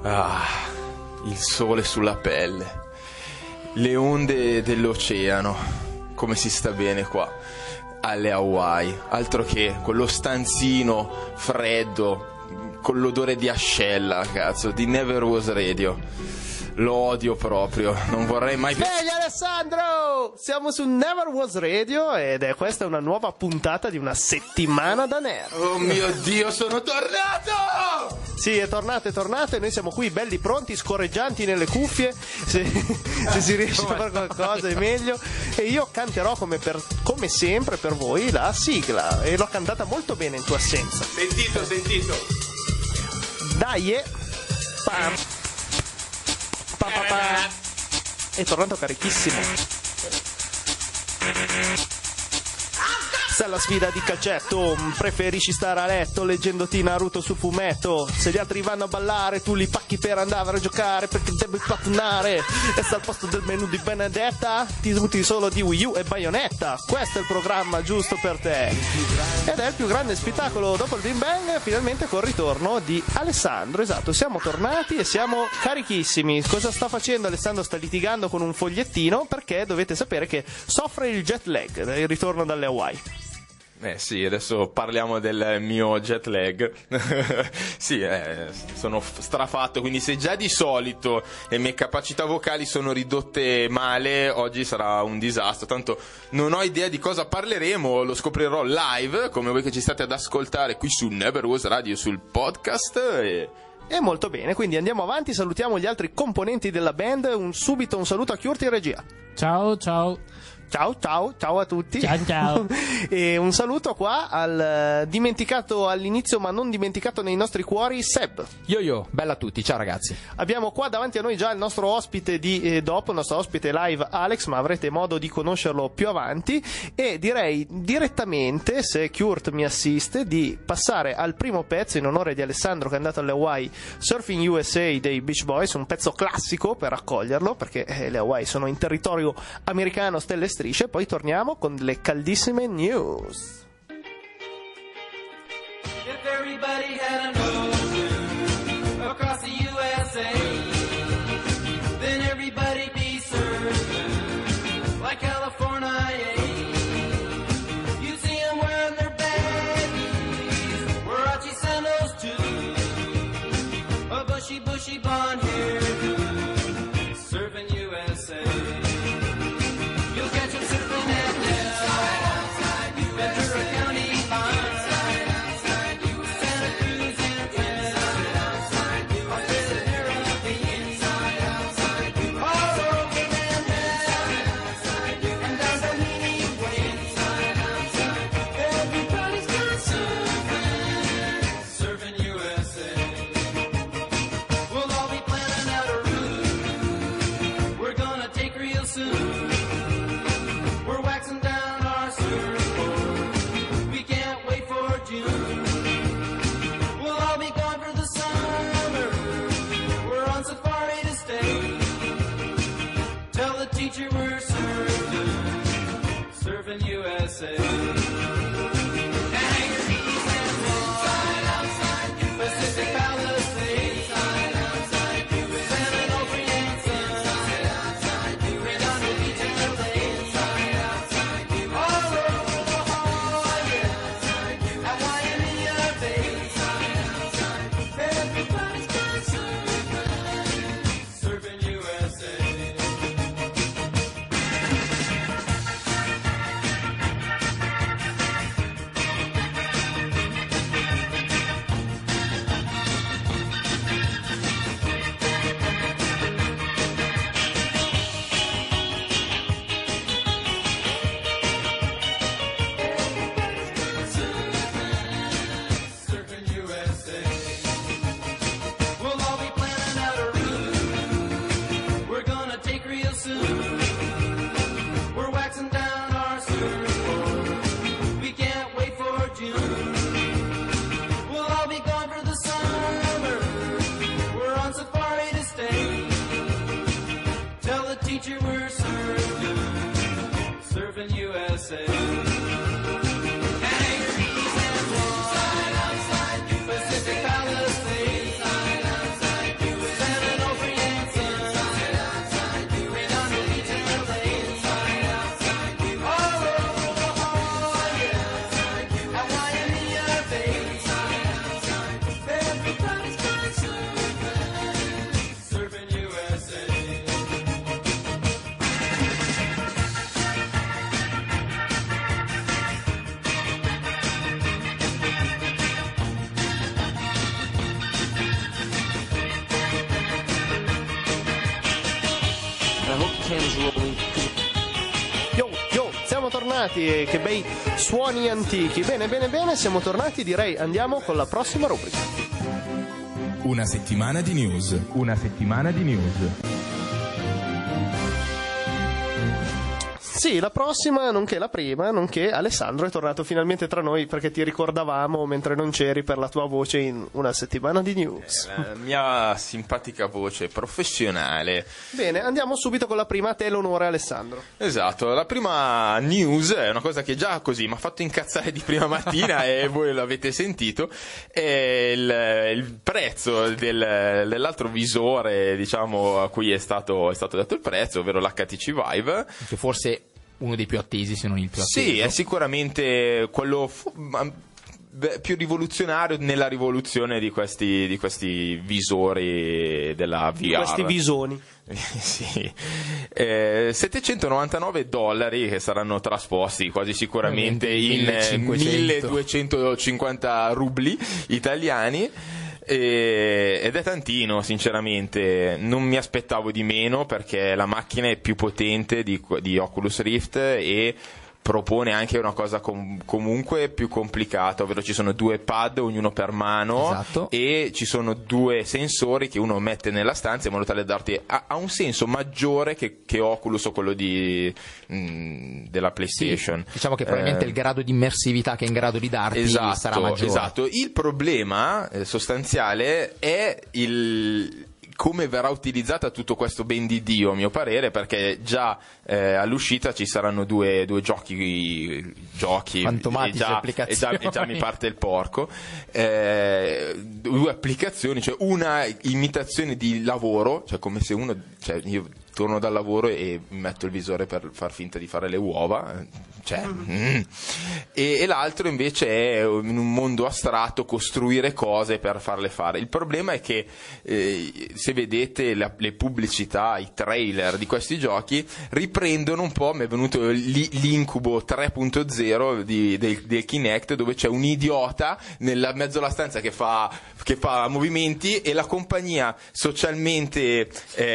Ah, il sole sulla pelle, le onde dell'oceano, come si sta bene qua alle Hawaii, altro che quello stanzino freddo con l'odore di ascella, cazzo, di Never Was Radio. Lo odio proprio, non vorrei mai più. Ehi Alessandro! Siamo su Never Was Radio questa è una nuova puntata di una settimana da nerd. Oh mio Dio, sono tornato! Sì, è tornato e noi siamo qui belli pronti, scorreggianti nelle cuffie, se si riesce a fare qualcosa è meglio. E io canterò come sempre per voi la sigla, e l'ho cantata molto bene in tua assenza. Sentito. Dai, pam. È tornato carichissimo. Se alla sfida di calcetto preferisci stare a letto leggendoti Naruto su fumetto, se gli altri vanno a ballare tu li pacchi per andare a giocare perché devi plattunare, e sta al posto del menù di Benedetta ti smuti solo di Wii U e Bayonetta. Questo è il programma giusto per te, ed è il più grande spettacolo dopo il Big Bang, finalmente col ritorno di Alessandro. Esatto, siamo tornati e siamo carichissimi. Cosa sta facendo Alessandro? Sta litigando con un fogliettino perché dovete sapere che soffre il jet lag, il ritorno dalle Hawaii. Sì, adesso parliamo del mio jet lag. Sì, sono strafatto, quindi se già di solito le mie capacità vocali sono ridotte male, oggi sarà un disastro. Tanto non ho idea di cosa parleremo, lo scoprirò live, come voi che ci state ad ascoltare qui su Never Was Radio, sul podcast. E molto bene, quindi andiamo avanti, salutiamo gli altri componenti della band. Subito un saluto a Chiurti in regia. Ciao. Ciao a tutti. Ciao. E un saluto qua al dimenticato all'inizio ma non dimenticato nei nostri cuori, Seb. Yo, bella a tutti, ciao ragazzi. Abbiamo qua davanti a noi già il nostro ospite dopo, il nostro ospite live Alex, ma avrete modo di conoscerlo più avanti, e direi direttamente, se Kurt mi assiste, di passare al primo pezzo in onore di Alessandro che è andato alle Hawaii, Surfing USA dei Beach Boys, un pezzo classico per accoglierlo perché le Hawaii sono in territorio americano, stelle e strisce. Poi torniamo con le caldissime news. If everybody had an ocean across the USA, then everybody'd be surfing like California. You see them wearing their baggies, Warachi sandals too, a bushy blonde hair, surfing USA. Yo, siamo tornati e che bei suoni antichi. Bene, siamo tornati, direi andiamo con la prossima rubrica. Una settimana di news. Sì, la prossima, nonché la prima, nonché Alessandro è tornato finalmente tra noi perché ti ricordavamo mentre non c'eri per la tua voce in Una settimana di news. La mia simpatica voce professionale. Bene, andiamo subito con la prima, a te l'onore Alessandro. Esatto, la prima news è una cosa che già così mi ha fatto incazzare di prima mattina e voi l'avete sentito, è il prezzo dell'altro visore, diciamo, a cui è stato dato il prezzo, ovvero l'HTC Vive. Che forse uno dei più attesi, se non il più atteso. Sì, è sicuramente quello più rivoluzionario nella rivoluzione di questi visori della VR. Di questi visoni. Sì. $799 che saranno trasposti quasi sicuramente in 1250 rubli italiani. Ed è tantino, sinceramente. Non mi aspettavo di meno perché la macchina è più potente di Oculus Rift e propone anche una cosa comunque più complicata, ovvero ci sono 2 pad, ognuno per mano. Esatto. E ci sono 2 sensori che uno mette nella stanza in modo tale da darti ha un senso maggiore che Oculus o quello della PlayStation. Sì, diciamo che probabilmente il grado di immersività che è in grado di darti sarà maggiore. Esatto. Il problema sostanziale è come verrà utilizzata tutto questo ben di Dio, a mio parere, perché già all'uscita ci saranno due giochi fantomatici, applicazioni. E già mi parte il porco. 2 applicazioni, cioè una imitazione di lavoro, cioè come se io torno dal lavoro e metto il visore per far finta di fare le uova, e l'altro invece è in un mondo astratto costruire cose per farle fare. Il problema è che se vedete le pubblicità, i trailer di questi giochi riprendono un po', mi è venuto l'incubo 3.0 del Kinect, dove c'è un idiota nella mezzo alla stanza che fa movimenti e la compagnia socialmente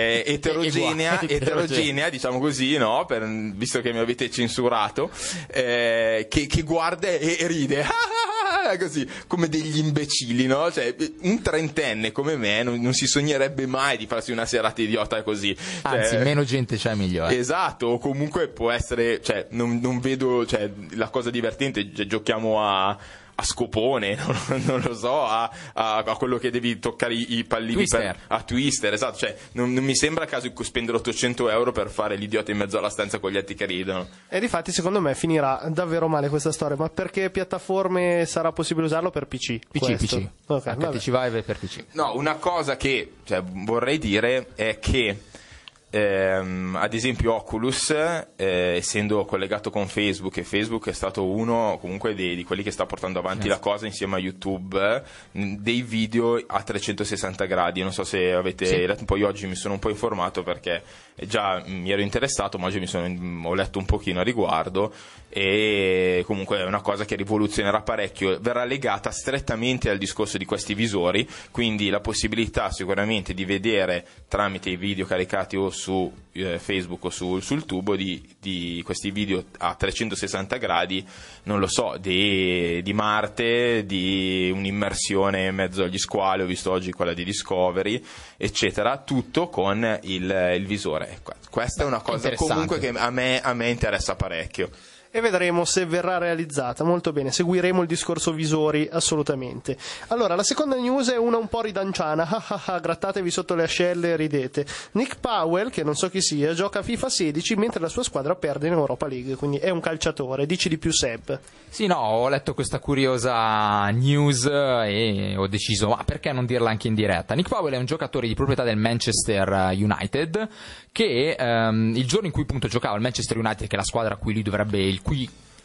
eterogenea, diciamo così, no? Visto che mi avete censurato, che guarda e ride così come degli imbecilli, no? Cioè, un trentenne come me non si sognerebbe mai di farsi una serata idiota così. Anzi, meno gente c'è meglio. Esatto, o comunque può essere, cioè, non vedo, cioè, la cosa divertente, giochiamo a scopone, non lo so, a quello che devi toccare i pallini Twister. A Twister, esatto, cioè non mi sembra caso spendere €800 per fare l'idiota in mezzo alla stanza con gli altri che ridono. E difatti secondo me finirà davvero male questa storia, ma perché piattaforme sarà possibile usarlo per PC? PC. Okay, HTC Vive per PC. No, una cosa che vorrei dire è che ad esempio Oculus, essendo collegato con Facebook, e Facebook è stato uno comunque di quelli che sta portando avanti la cosa insieme a YouTube, dei video a 360 gradi. Non so se avete letto un po', io oggi mi sono un po' informato perché già mi ero interessato, ma oggi ho letto un pochino a riguardo, e comunque è una cosa che rivoluzionerà parecchio, verrà legata strettamente al discorso di questi visori, quindi la possibilità sicuramente di vedere tramite i video caricati o su Facebook o sul tubo di questi video a 360 gradi, non lo so, di Marte, di un'immersione in mezzo agli squali, ho visto oggi quella di Discovery, eccetera, tutto con il visore. Questa è una cosa comunque che a me interessa parecchio. E vedremo se verrà realizzata. Molto bene, seguiremo il discorso visori assolutamente. Allora, la seconda news è una un po' ridanciana. Grattatevi sotto le ascelle e ridete. Nick Powell, che non so chi sia, gioca a FIFA 16 mentre la sua squadra perde in Europa League, quindi è un calciatore. Dici di più, Seb? Sì, no, ho letto questa curiosa news e ho deciso, ma perché non dirla anche in diretta? Nick Powell è un giocatore di proprietà del Manchester United che il giorno in cui appunto giocava al Manchester United, che è la squadra a cui lui dovrebbe, il cui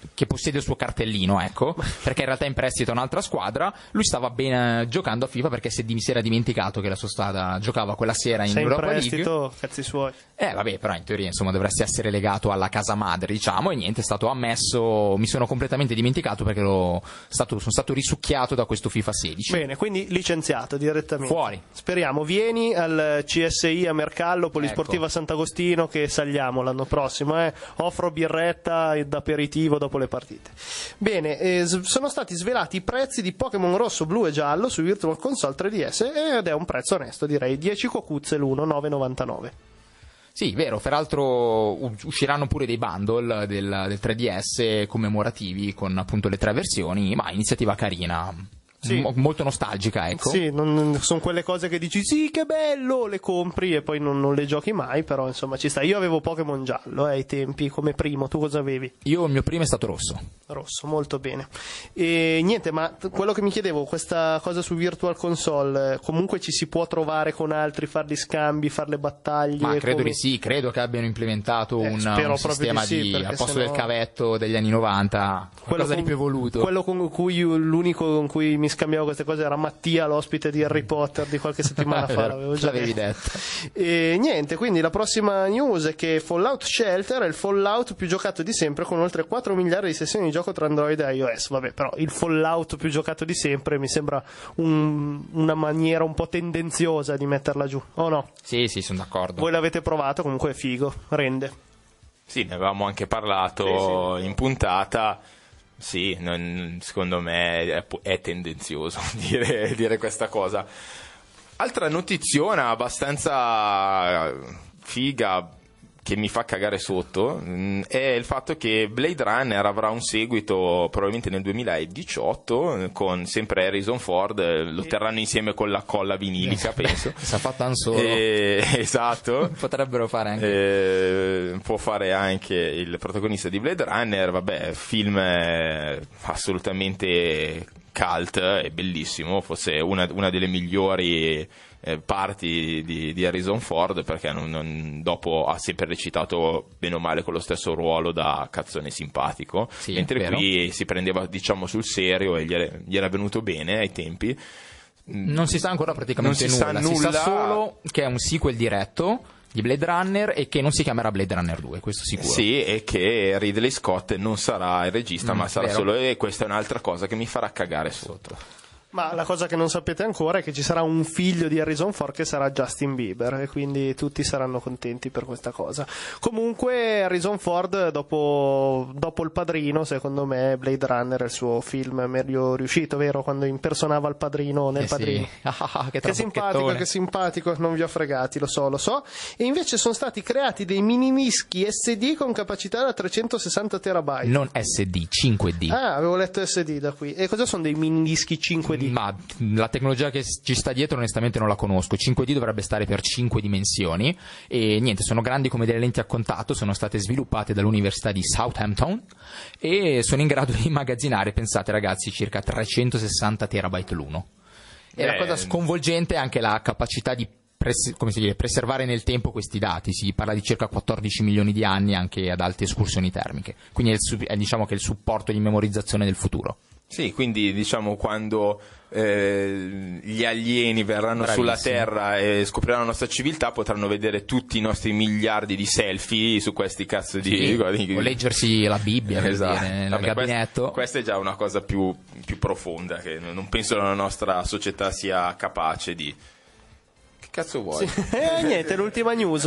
che possiede il suo cartellino, ecco, perché in realtà è in prestito a un'altra squadra. Lui stava bene giocando a FIFA perché si era dimenticato che la sua squadra giocava quella sera in Sei in Europa prestito, League. cazzi suoi. Vabbè, però in teoria insomma dovresti essere legato alla casa madre, diciamo, e niente, è stato ammesso. Mi sono completamente dimenticato perché sono stato risucchiato da questo FIFA 16. Bene, quindi licenziato direttamente. Fuori. Speriamo, vieni al CSI a Mercallo, Polisportiva Sant'Agostino, che saliamo l'anno prossimo. Offro birretta ed aperitivo dopo le partite. Bene, sono stati svelati i prezzi di Pokémon rosso, blu e giallo su Virtual Console 3DS ed è un prezzo onesto, direi 10 cocuzze l'uno, 9,99. Sì, vero, peraltro usciranno pure dei bundle del 3DS commemorativi con appunto le 3 versioni, ma iniziativa carina. Sì. Molto nostalgica, ecco. Sì, sono quelle cose che dici sì che bello, le compri e poi non le giochi mai, però insomma ci sta. Io avevo Pokémon giallo ai tempi come primo, tu cosa avevi? Io il mio primo è stato rosso. Rosso, molto bene. E niente, ma quello che mi chiedevo, questa cosa su Virtual Console, comunque ci si può trovare con altri, fare gli scambi, fare le battaglie? Ma credo di sì, credo che abbiano implementato un sistema al posto del cavetto degli anni 90, qualcosa di più evoluto. Quello l'unico con cui mi scambiavo queste cose era Mattia, l'ospite di Harry Potter di qualche settimana fa, l'avevo già l'avevi detto. E niente, quindi la prossima news è che Fallout Shelter è il Fallout più giocato di sempre, con oltre 4 miliardi di sessioni di gioco tra Android e iOS. Vabbè, però il Fallout più giocato di sempre mi sembra una maniera un po' tendenziosa di metterla giù, o no? Sì, sono d'accordo. Voi l'avete provato, comunque è figo, rende. Sì, ne avevamo anche parlato in puntata. Sì, secondo me è tendenzioso dire questa cosa. Altra notiziona abbastanza figa che mi fa cagare sotto è il fatto che Blade Runner avrà un seguito probabilmente nel 2018 con sempre Harrison Ford, lo terranno insieme con la colla vinilica, penso. Si è fatto un solo. Esatto. Potrebbero fare anche. Può fare anche il protagonista di Blade Runner, vabbè, film assolutamente cult, è bellissimo, forse una delle migliori parti di Harrison Ford, perché dopo ha sempre recitato bene o male con lo stesso ruolo da cazzone simpatico, sì, mentre vero. qui si prendeva sul serio e gli era venuto bene ai tempi. Non si sa ancora praticamente nulla. Si sa solo che è un sequel diretto di Blade Runner e che non si chiamerà Blade Runner 2, questo sicuro. Sì, e che Ridley Scott non sarà il regista, ma sarà vero. solo, e questa è un'altra cosa che mi farà cagare sotto. Ma la cosa che non sapete ancora è che ci sarà un figlio di Harrison Ford che sarà Justin Bieber, e quindi tutti saranno contenti per questa cosa. Comunque Harrison Ford dopo il Padrino, secondo me Blade Runner è il suo film meglio riuscito, vero? Quando impersonava il padrino nel Padrino. Sì. Che simpatico, non vi ho fregati, lo so. E invece sono stati creati dei mini dischi SD con capacità da 360 terabyte. Non SD, 5D. Ah, avevo letto SD da qui. E cosa sono dei mini dischi 5D? Ma la tecnologia che ci sta dietro onestamente non la conosco. 5D dovrebbe stare per 5 dimensioni e niente, sono grandi come delle lenti a contatto, sono state sviluppate dall'Università di Southampton e sono in grado di immagazzinare, pensate ragazzi, circa 360 terabyte l'uno. E la cosa sconvolgente è anche la capacità di preservare nel tempo questi dati. Si parla di circa 14 milioni di anni anche ad alte escursioni termiche, quindi diciamo che è il supporto di memorizzazione del futuro. Sì, quindi diciamo quando gli alieni verranno sulla Terra e scopriranno la nostra civiltà, potranno vedere tutti i nostri miliardi di selfie su questi cazzo di... o leggersi la Bibbia, esatto. per dire, nel gabinetto. Questa è già una cosa più profonda che non penso la nostra società sia capace di... Cazzo vuoi? Sì. Niente, l'ultima news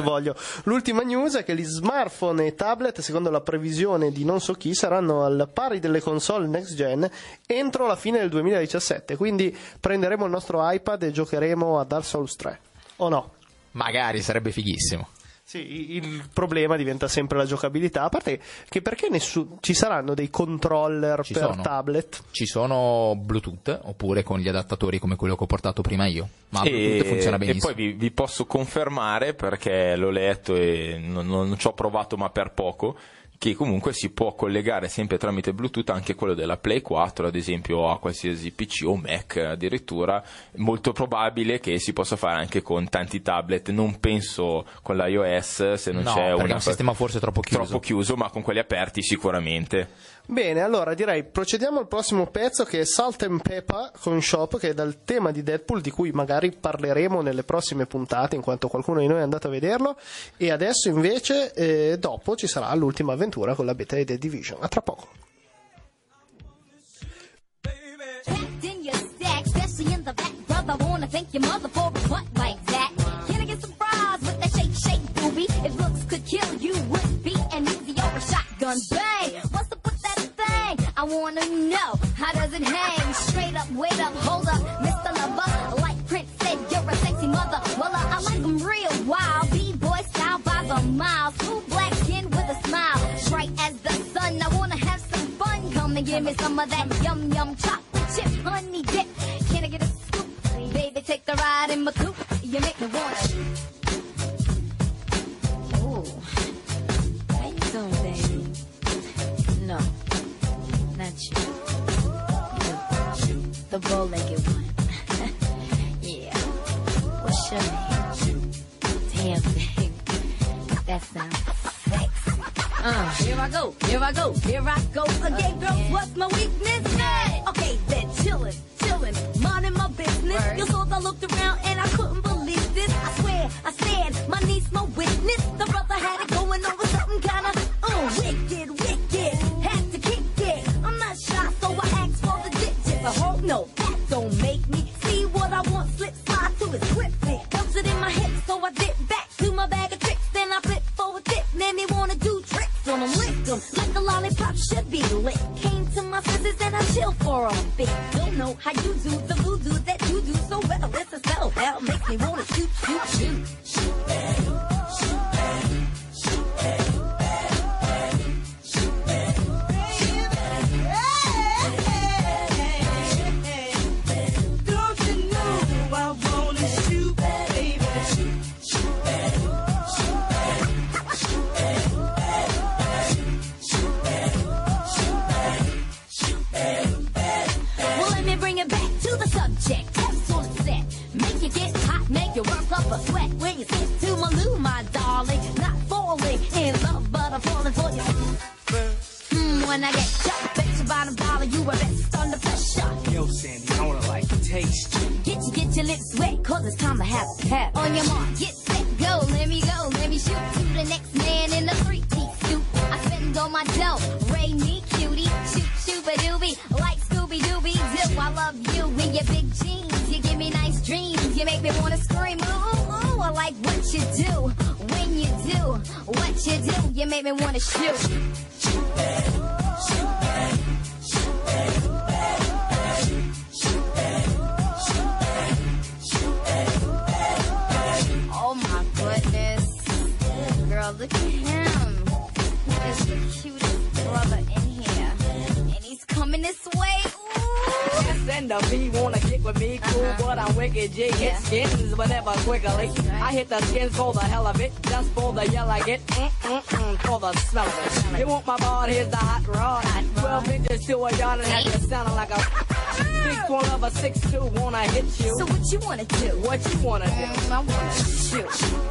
è che gli smartphone e tablet, secondo la previsione di non so chi, saranno al pari delle console next gen entro la fine del 2017, quindi prenderemo il nostro iPad e giocheremo a Dark Souls 3, o no? Magari, sarebbe fighissimo. Sì, il problema diventa sempre la giocabilità, a parte che perché ci saranno dei controller tablet? Ci sono Bluetooth, oppure con gli adattatori come quello che ho portato prima io, ma Bluetooth funziona benissimo. E poi vi posso confermare, perché l'ho letto e non ci ho provato ma per poco, che comunque si può collegare sempre tramite Bluetooth anche quello della Play 4, ad esempio, a qualsiasi PC o Mac addirittura. Molto probabile che si possa fare anche con tanti tablet, non penso con l'iOS, se non c'è perché è un sistema forse troppo chiuso, ma con quelli aperti sicuramente. Bene, allora direi procediamo al prossimo pezzo, che è Salt and Pepper con Shop, che è dal tema di Deadpool, di cui magari parleremo nelle prossime puntate in quanto qualcuno di noi è andato a vederlo. E adesso invece dopo ci sarà l'ultima avventura con la beta di The Division. A tra poco. Packed in your stack, especially in the back, brother. Wanna thank your mother for a butt like that. Can I get some fries with that shake, shake, booby? If looks could kill you, would be an easy over shotgun bang. What's up with that thing? I wanna know, how does it hang? Straight up, wait up, hold up, Mr. Lover. Like Prince said, you're a sexy mother. Well, I like them real wild, B-boy style by the mile. Smooth black skin with a smile, bright as the sun. I wanna have some fun. Come and give me some of that yum yum chocolate chip honey dip. Can I get a scoop? Baby, take a ride in my coupe. You make me wanna shoot. Ooh, how you doing, baby? No, not you. The bow-legged one. Yeah. What's your name? Damn, baby. That sounds sexy. Here I go, here I go, here I go again, girl. What's my weakness? Hey. Okay, then chillin', minding my business. You saw I looked around and I couldn't believe this. I swear, I said, my niece, my witness. The brother had it going on with something kinda wicked. Had to kick it. I'm not shy, so I asked for the digits. I hope no, that don't make me see what I want. Slip slide to it swiftly. Dumps it in my hips, so I dip back to my bag of tricks. Then I flip for a dip, made me wanna do tricks on them, lick them like a lollipop should be lit. Came to my senses and I chill for a bit. Don't know how you do the voodoo that you do so well. It's a spell that makes me wanna shoot. You work up a sweat when you sit to my loo, my darling. Not falling in love, but I'm falling for you. When I get shot, bet you by the dollar, you are best under pressure. Yo, Sandy, I wanna like taste you. Get your lips wet, cause it's time to have a pet. On your mark, get set, go, let me shoot to the next man in a three-piece suit. I spend all my dough, ray me cutie, shoot-a-doobie, like Scooby-Dooby-Doo. I love you in your big jeans. You give me nice dreams, you make me wanna scream. Ooh, I like what you do. When you do what you do, you make me wanna shoot. Oh my goodness, girl, look at him. He is the cutest brother in here, and he's coming this way. And the B wanna kick with me, cool, but I'm wicked G. Hit skins, but never quickly. I hit the skins for the hell of it, just for the yell I get, for the smell of it. You want my ball, here's the hot rod. 12 inches to a yard and has you sounding like a big one of a 6'2", wanna hit you. So what you wanna do? What you wanna do? I wanna shoot.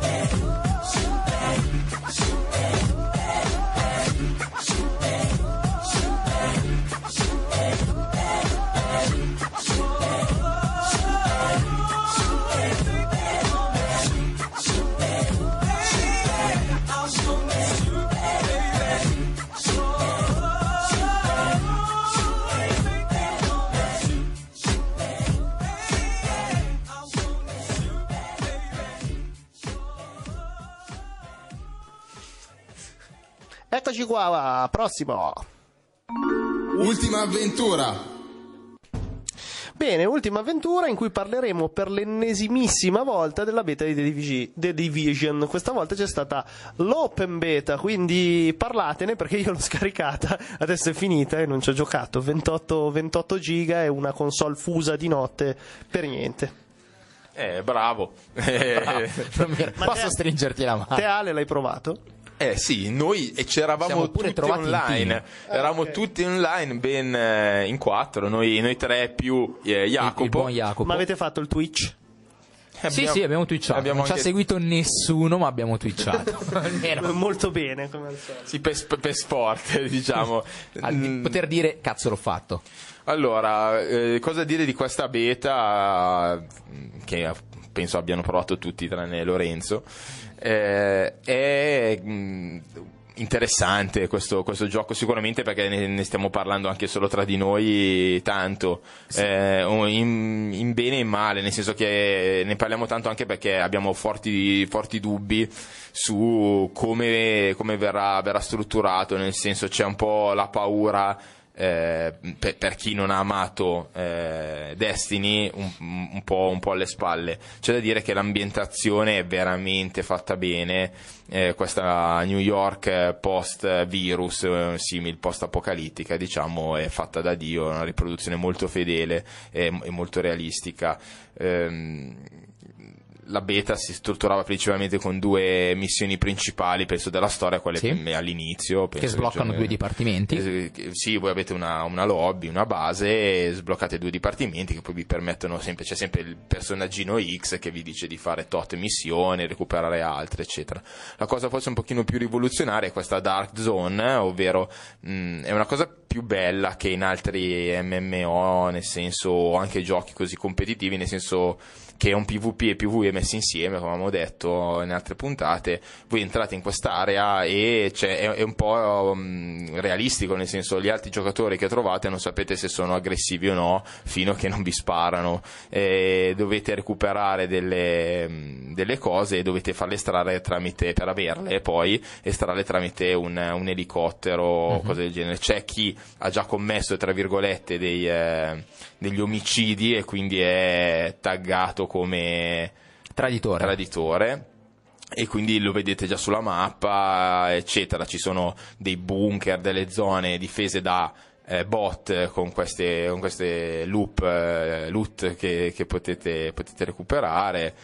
Eccoci qua, prossimo. Ultima avventura. Bene, ultima avventura in cui parleremo per l'ennesimissima volta della beta di The Division. Questa volta c'è stata l'open beta, quindi parlatene perché io l'ho scaricata, adesso è finita e non ci ho giocato. 28 giga e una console fusa di notte per niente. Bravo. Posso stringerti la mano? Te Ale l'hai provato? Sì, noi c'eravamo Siamo pure tutti trovati in online, team. eravamo ok. tutti online ben in 4, noi 3 più Il Jacopo. buon Jacopo. Ma avete fatto il Twitch? Sì, abbiamo twitchato. Non ci ha seguito nessuno, ma abbiamo twitchato. Molto bene, come al solito. Sì, per sport, diciamo. Poter dire cazzo l'ho fatto. Allora, cosa dire di questa beta che penso abbiano provato tutti tranne Lorenzo? È interessante questo gioco, sicuramente, perché ne stiamo parlando anche solo tra di noi tanto, sì. In bene e in male, nel senso che ne parliamo tanto anche perché abbiamo forti dubbi su come verrà strutturato, nel senso c'è un po' la paura per chi non ha amato Destiny un po' alle spalle. C'è da dire che l'ambientazione è veramente fatta bene, questa New York post virus, simil post apocalittica, diciamo, è fatta da Dio, una riproduzione molto fedele e molto realistica. La beta si strutturava principalmente con 2 missioni principali, penso, della storia, quelle all'inizio, penso, che sbloccano 2 dipartimenti. Sì, voi avete una lobby, una base, sbloccate 2 dipartimenti che poi vi permettono c'è sempre il personaggino X che vi dice di fare tot missioni, recuperare altre, eccetera. La cosa forse un pochino più rivoluzionaria è questa Dark Zone, ovvero è una cosa più bella che in altri MMO, nel senso, anche giochi così competitivi, nel senso che è un PvP e PvE messi insieme, come abbiamo detto in altre puntate. Voi entrate in quest'area e è un po' realistico, nel senso, gli altri giocatori che trovate non sapete se sono aggressivi o no fino a che non vi sparano, dovete recuperare delle cose e dovete farle estrarre per averle, e poi estrarle tramite un elicottero, cose del genere. C'è chi ha già commesso, tra virgolette, degli omicidi e quindi è taggato come traditore, e quindi lo vedete già sulla mappa, eccetera. Ci sono dei bunker, delle zone difese da bot con queste loot che potete recuperare.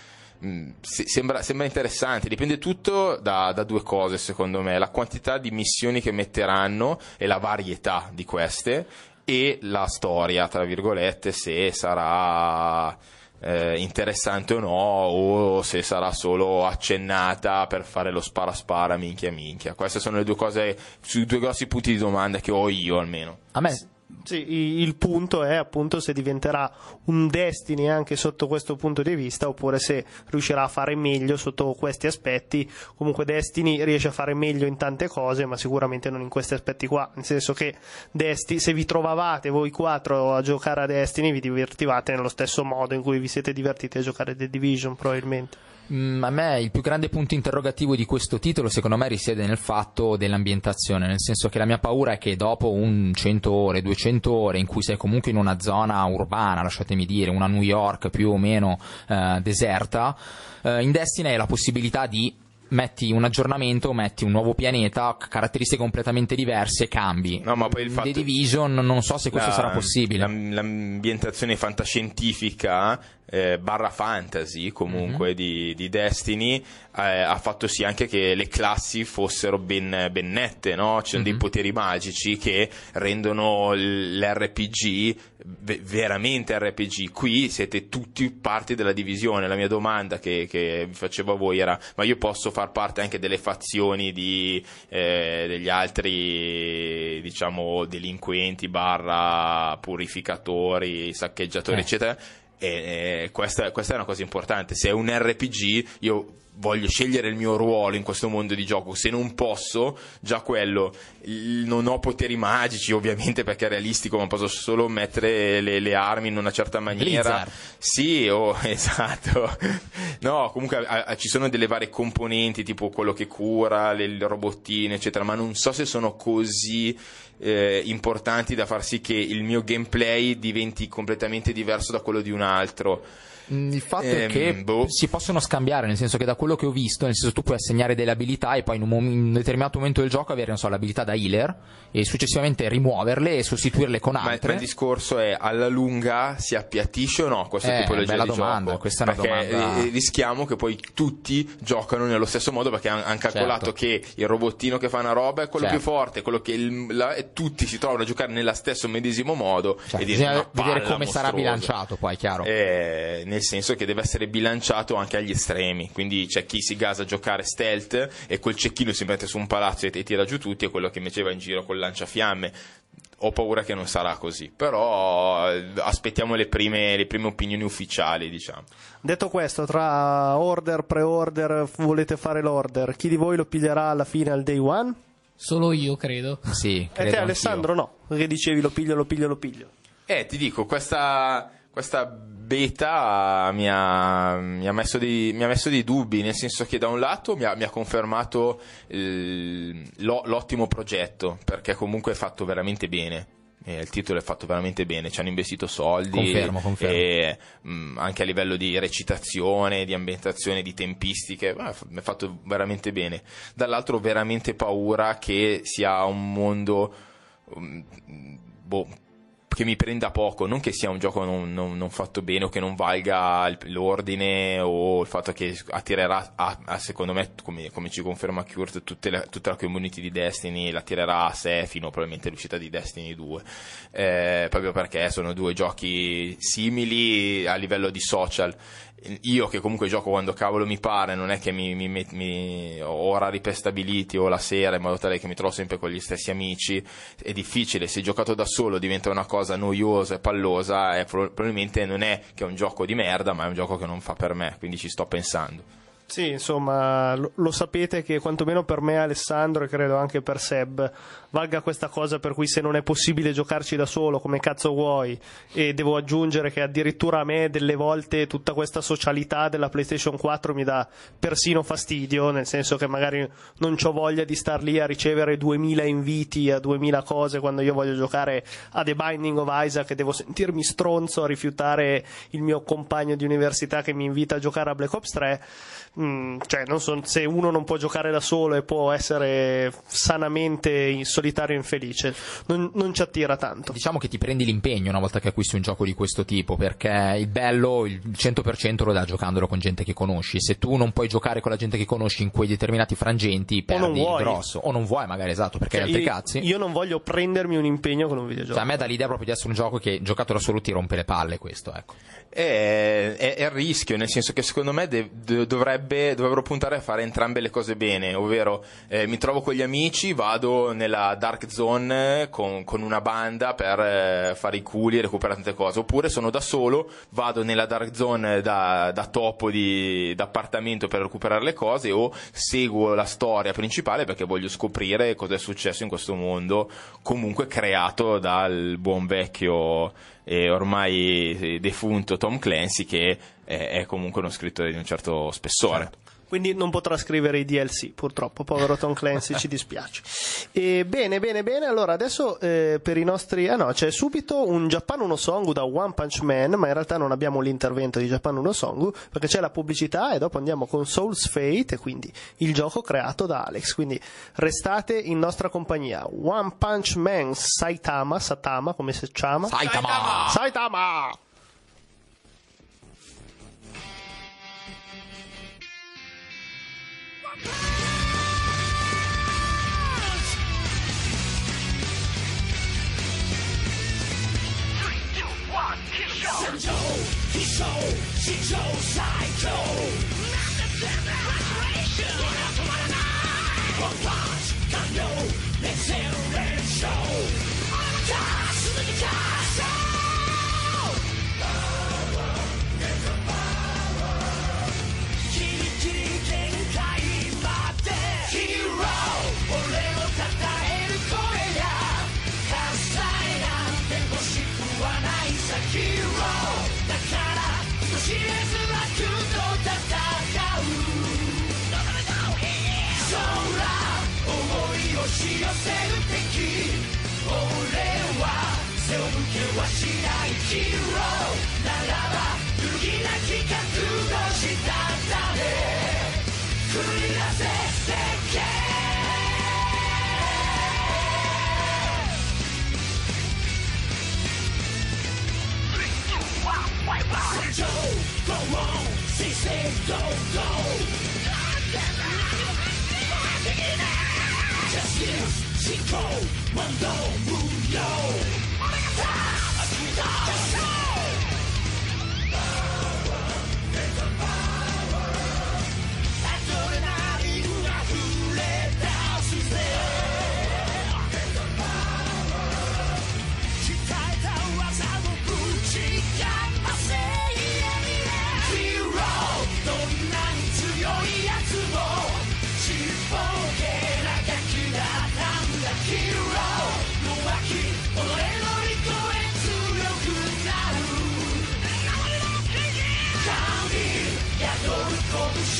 Sembra interessante. Dipende tutto da 2 cose, secondo me: la quantità di missioni che metteranno e la varietà di queste, e la storia, tra virgolette, se sarà interessante o no, o se sarà solo accennata per fare lo spara minchia. Queste sono le 2 cose, sui 2 grossi punti di domanda che ho io, almeno. A me Sì, il punto è appunto se diventerà un Destiny anche sotto questo punto di vista, oppure se riuscirà a fare meglio sotto questi aspetti. Comunque Destiny riesce a fare meglio in tante cose, ma sicuramente non in questi aspetti qua, nel senso che se vi trovavate voi 4 a giocare a Destiny, vi divertivate nello stesso modo in cui vi siete divertiti a giocare The Division, probabilmente. A me il più grande punto interrogativo di questo titolo, secondo me, risiede nel fatto dell'ambientazione, nel senso che la mia paura è che dopo 100 ore, 200 ore in cui sei comunque in una zona urbana, lasciatemi dire, una New York più o meno deserta, in Destiny hai la possibilità di metti un aggiornamento, metti un nuovo pianeta, caratteristiche completamente diverse, cambi. No, ma poi il fatto, The Division non so se questo sarà possibile. L'ambientazione fantascientifica barra fantasy comunque di Destiny ha fatto sì anche che le classi fossero ben nette, no? Ci sono dei poteri magici che rendono l'RPG veramente RPG. Qui siete tutti parte della divisione. La mia domanda che vi facevo a voi era: ma io posso far parte anche delle fazioni degli altri, diciamo, delinquenti barra purificatori, saccheggiatori, eccetera? E questa è una cosa importante. Se è un RPG, io voglio scegliere il mio ruolo in questo mondo di gioco. Se non posso, già quello, non ho poteri magici ovviamente perché è realistico, ma posso solo mettere le armi in una certa maniera. Blizzard. Sì, esatto. No, comunque ci sono delle varie componenti, tipo quello che cura, le robottine, eccetera, ma non so se sono così importanti da far sì che il mio gameplay diventi completamente diverso da quello di un altro. Il fatto è che si possono scambiare, nel senso che da quello che ho visto, nel senso tu puoi assegnare delle abilità e poi in un determinato momento del gioco avere, non so, l'abilità da healer e successivamente rimuoverle e sostituirle con altre. Ma il discorso è: alla lunga si appiattisce o no questa tipologia bella di domanda, gioco? questa è una perché domanda. Rischiamo che poi tutti giocano nello stesso modo, perché hanno calcolato che il robottino che fa una roba è quello più forte, quello che e tutti si trovano a giocare nello stesso medesimo modo, e bisogna vedere come sarà bilanciato poi, chiaro. nel senso che deve essere bilanciato anche agli estremi, quindi c'è chi si gasa a giocare stealth e col cecchino si mette su un palazzo e tira giù tutti, e quello che invece va in giro col lanciafiamme. Ho paura che non sarà così, però aspettiamo le prime opinioni ufficiali, diciamo. Detto questo, tra order, pre-order, volete fare l'order, chi di voi lo piglierà alla fine al day one? Solo io, credo. Sì, E te, Alessandro, no? Perché dicevi lo piglio. Ti dico, questa beta mi ha messo dei dubbi, nel senso che da un lato mi ha confermato l'ottimo progetto, perché comunque è fatto veramente bene. Il titolo è fatto veramente bene, ci hanno investito soldi. Confermo. E anche a livello di recitazione, di ambientazione, di tempistiche, è fatto veramente bene. Dall'altro ho veramente paura che sia un mondo che mi prenda poco, non che sia un gioco non fatto bene o che non valga l'ordine o il fatto che attirerà secondo me, come ci conferma Kurt, tutta la community di Destiny l'attirerà a sé fino probabilmente all'uscita di Destiny 2, proprio perché sono due giochi simili a livello di social. Io che comunque gioco quando cavolo mi pare, non è che mi ho orari prestabiliti o la sera, in modo tale che mi trovo sempre con gli stessi amici, è difficile. Se giocato da solo diventa una cosa noiosa e pallosa, e probabilmente non è che è un gioco di merda, ma è un gioco che non fa per me, quindi ci sto pensando. Sì, insomma, lo sapete che quantomeno per me, Alessandro, e credo anche per Seb, valga questa cosa per cui se non è possibile giocarci da solo, come cazzo vuoi, e devo aggiungere che addirittura a me delle volte tutta questa socialità della PlayStation 4 mi dà persino fastidio, nel senso che magari non c'ho voglia di star lì a ricevere 2000 inviti a 2000 cose quando io voglio giocare a The Binding of Isaac e devo sentirmi stronzo a rifiutare il mio compagno di università che mi invita a giocare a Black Ops 3. Cioè, non so, se uno non può giocare da solo e può essere sanamente in solitario infelice, non ci attira tanto. Diciamo che ti prendi l'impegno una volta che acquisti un gioco di questo tipo, perché il bello, il 100% lo dà giocandolo con gente che conosci. Se tu non puoi giocare con la gente che conosci in quei determinati frangenti, perdi il grosso, o non vuoi magari, esatto, perché hai altri cazzi. Io non voglio prendermi un impegno con un videogioco. Cioè, a me dà l'idea proprio di essere un gioco che giocato da solo ti rompe le palle, questo, ecco. È il rischio, nel senso che secondo me dovrebbero puntare a fare entrambe le cose bene, ovvero mi trovo con gli amici, vado nella dark zone con una banda per fare i culi e recuperare tante cose, oppure sono da solo, vado nella dark zone da topo d'appartamento per recuperare le cose, o seguo la storia principale perché voglio scoprire cosa è successo in questo mondo comunque creato dal buon vecchio e ormai defunto Tom Clancy, che è comunque uno scrittore di un certo spessore. Certo. Quindi non potrà scrivere i DLC, purtroppo, povero Tom Clancy, ci dispiace. E bene, allora adesso per i nostri... c'è subito un Japan Uno Songu da One Punch Man, ma in realtà non abbiamo l'intervento di Japan Uno Songu, perché c'è la pubblicità e dopo andiamo con Soul's Fate, e quindi il gioco creato da Alex. Quindi restate in nostra compagnia. One Punch Man Satama, come si chiama? Saitama!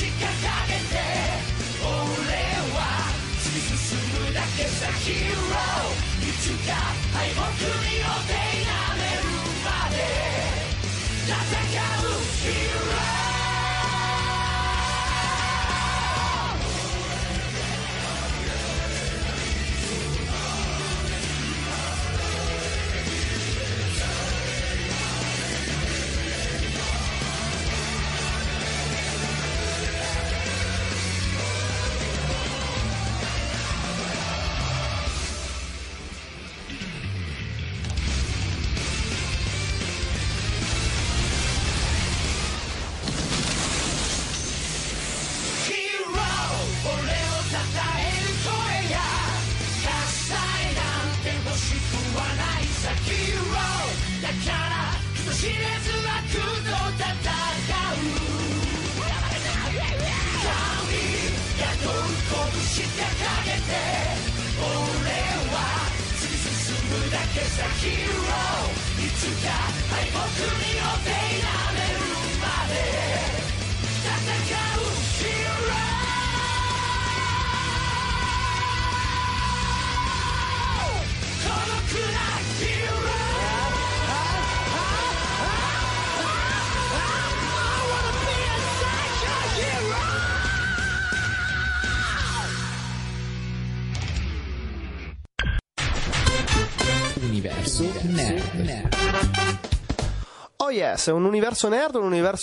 Universo nerd. Oh yes, un universo nerd,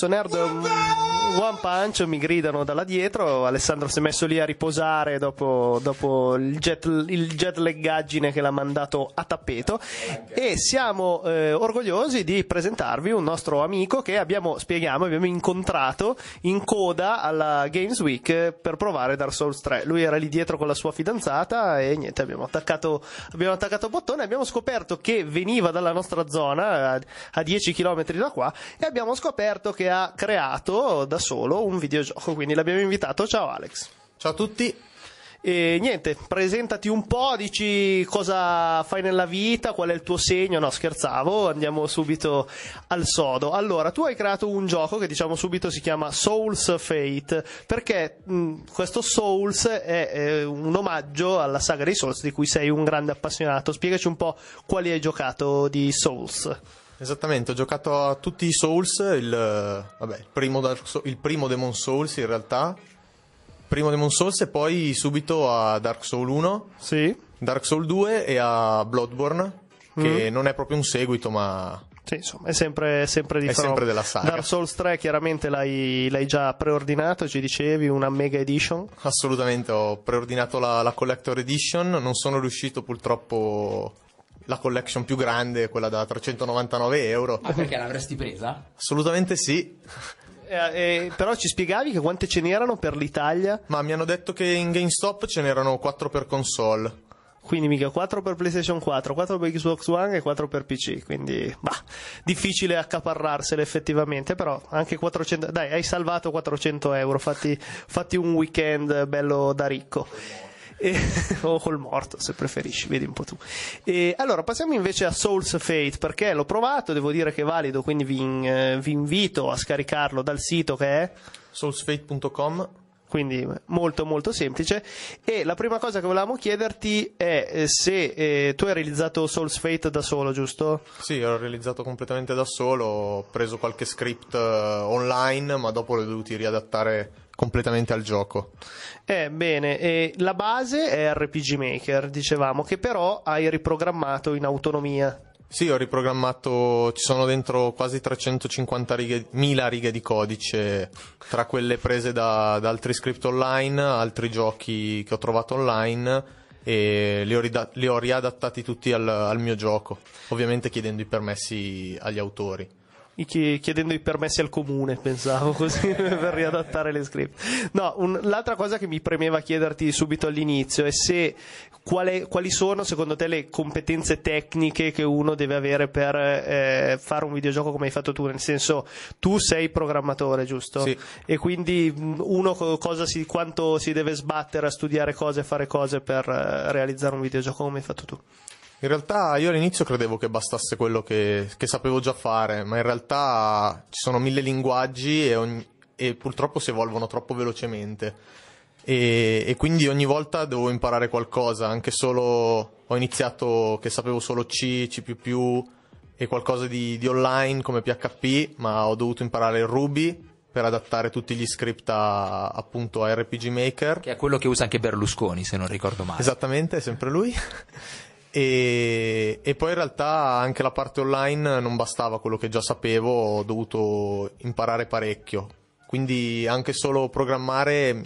One Punch, mi gridano dalla dietro. Alessandro si è messo lì a riposare dopo il jet laggaggine che l'ha mandato a tappeto, e siamo orgogliosi di presentarvi un nostro amico che abbiamo incontrato in coda alla Games Week per provare Dark Souls 3. Lui era lì dietro con la sua fidanzata e niente, abbiamo attaccato bottone, abbiamo scoperto che veniva dalla nostra zona a 10 km da qua, e abbiamo scoperto che ha creato da solo un videogioco, quindi l'abbiamo invitato. Ciao Alex. Ciao a tutti. E niente, presentati un po', dici cosa fai nella vita, qual è il tuo segno. No, scherzavo, andiamo subito al sodo. Allora, tu hai creato un gioco che diciamo subito si chiama Souls Fate, perché questo Souls è un omaggio alla saga dei Souls di cui sei un grande appassionato. Spiegaci un po' quali hai giocato di Souls. Esattamente, ho giocato a tutti i Souls, il primo Demon Souls in realtà, primo Demon Souls, e poi subito a Dark Souls 1, sì, Dark Souls 2 e a Bloodborne, che non è proprio un seguito, ma sì, insomma, è sempre di è sempre della saga. Dark Souls 3 chiaramente l'hai già preordinato, ci dicevi, una mega edition. Assolutamente, ho preordinato la Collector Edition, non sono riuscito purtroppo. La collection più grande, quella da 399 euro. Ma perché l'avresti presa? Assolutamente sì. Però ci spiegavi che quante ce n'erano per l'Italia? Ma mi hanno detto che in GameStop ce n'erano 4 per console. Quindi mica 4 per PlayStation 4, 4 per Xbox One e 4 per PC. Quindi, difficile accaparrarsele effettivamente. Però anche 400. Dai, hai salvato 400 euro. Fatti un weekend bello da ricco. O col morto, se preferisci, vedi un po' tu. Allora passiamo invece a Souls Fate, perché l'ho provato, devo dire che è valido, quindi vi invito a scaricarlo dal sito che è soulsfate.com. quindi molto molto semplice. E la prima cosa che volevamo chiederti è se tu hai realizzato Souls Fate da solo, giusto? Sì, l'ho realizzato completamente da solo, ho preso qualche script online, ma dopo l'ho dovuti riadattare completamente al gioco. Bene, la base è RPG Maker, dicevamo, che però hai riprogrammato in autonomia. Sì, ho riprogrammato, ci sono dentro quasi 350.000 righe di codice, tra quelle prese da altri script online, altri giochi che ho trovato online, e li ho riadattati tutti al mio gioco, ovviamente chiedendo i permessi agli autori. Chiedendo i permessi al comune, pensavo, così per riadattare le script. No, l'altra cosa che mi premeva chiederti subito all'inizio è se quali sono secondo te le competenze tecniche che uno deve avere per fare un videogioco come hai fatto tu, nel senso, tu sei programmatore, giusto? Sì. E quindi uno quanto si deve sbattere a studiare cose, fare cose per realizzare un videogioco come hai fatto tu? In realtà io all'inizio credevo che bastasse quello che sapevo già fare, ma in realtà ci sono 1000 linguaggi e e purtroppo si evolvono troppo velocemente e quindi ogni volta dovevo imparare qualcosa, anche solo ho iniziato che sapevo solo C++ e qualcosa di online come PHP, ma ho dovuto imparare il Ruby per adattare tutti gli script appunto a RPG Maker, che è quello che usa anche Berlusconi, se non ricordo male. Esattamente, è sempre lui. E poi in realtà anche la parte online non bastava quello che già sapevo, ho dovuto imparare parecchio, quindi anche solo programmare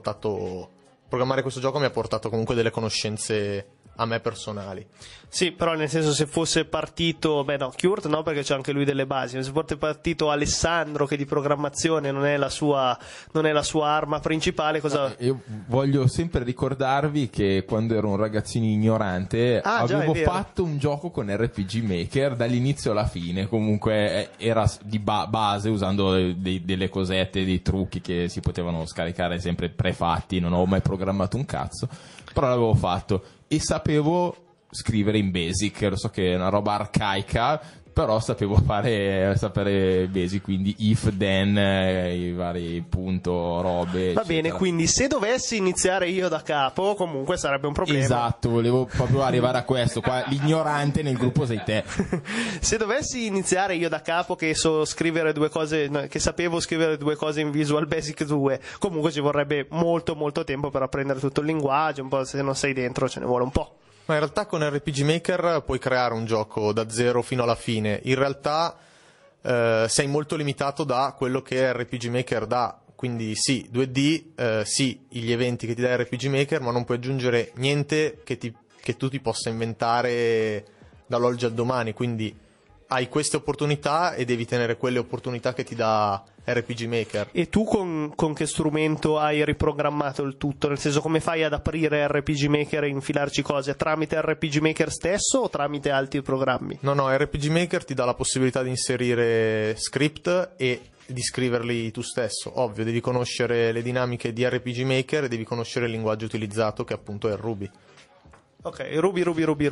questo gioco mi ha portato comunque delle conoscenze a me personali. Sì, però nel senso, se fosse partito, Kurt no, perché c'è anche lui delle basi, ma se fosse partito Alessandro, che di programmazione non è la sua arma principale, cosa... Io voglio sempre ricordarvi che quando ero un ragazzino ignorante avevo fatto un gioco con RPG Maker dall'inizio alla fine, comunque era di base, usando delle cosette, dei trucchi che si potevano scaricare sempre prefatti, non ho mai programmato un cazzo, però l'avevo fatto e sapevo scrivere in Basic. Lo so che è una roba arcaica, però sapevo sapere Basic, quindi if, then, i vari punto, robe, va eccetera. bene, quindi se dovessi iniziare io da capo comunque sarebbe un problema. Esatto, volevo proprio arrivare a questo qua. L'ignorante nel gruppo sei te. Se dovessi iniziare io da capo, che so scrivere due cose, che sapevo scrivere due cose in Visual Basic 2, comunque ci vorrebbe molto molto tempo per apprendere tutto il linguaggio, un po' se non sei dentro ce ne vuole un po'. Ma in realtà con RPG Maker puoi creare un gioco da zero fino alla fine. In realtà sei molto limitato da quello che RPG Maker dà. Quindi sì, 2D, sì, gli eventi che ti dà RPG Maker, ma non puoi aggiungere niente che tu ti possa inventare dall'oggi al domani. Quindi hai queste opportunità e devi tenere quelle opportunità che ti dà RPG Maker. E tu con che strumento hai riprogrammato il tutto? Nel senso, come fai ad aprire RPG Maker e infilarci cose? Tramite RPG Maker stesso o tramite altri programmi? No, RPG Maker ti dà la possibilità di inserire script e di scriverli tu stesso. Ovvio, devi conoscere le dinamiche di RPG Maker e devi conoscere il linguaggio utilizzato, che appunto è il Ruby. Ok, Ruby.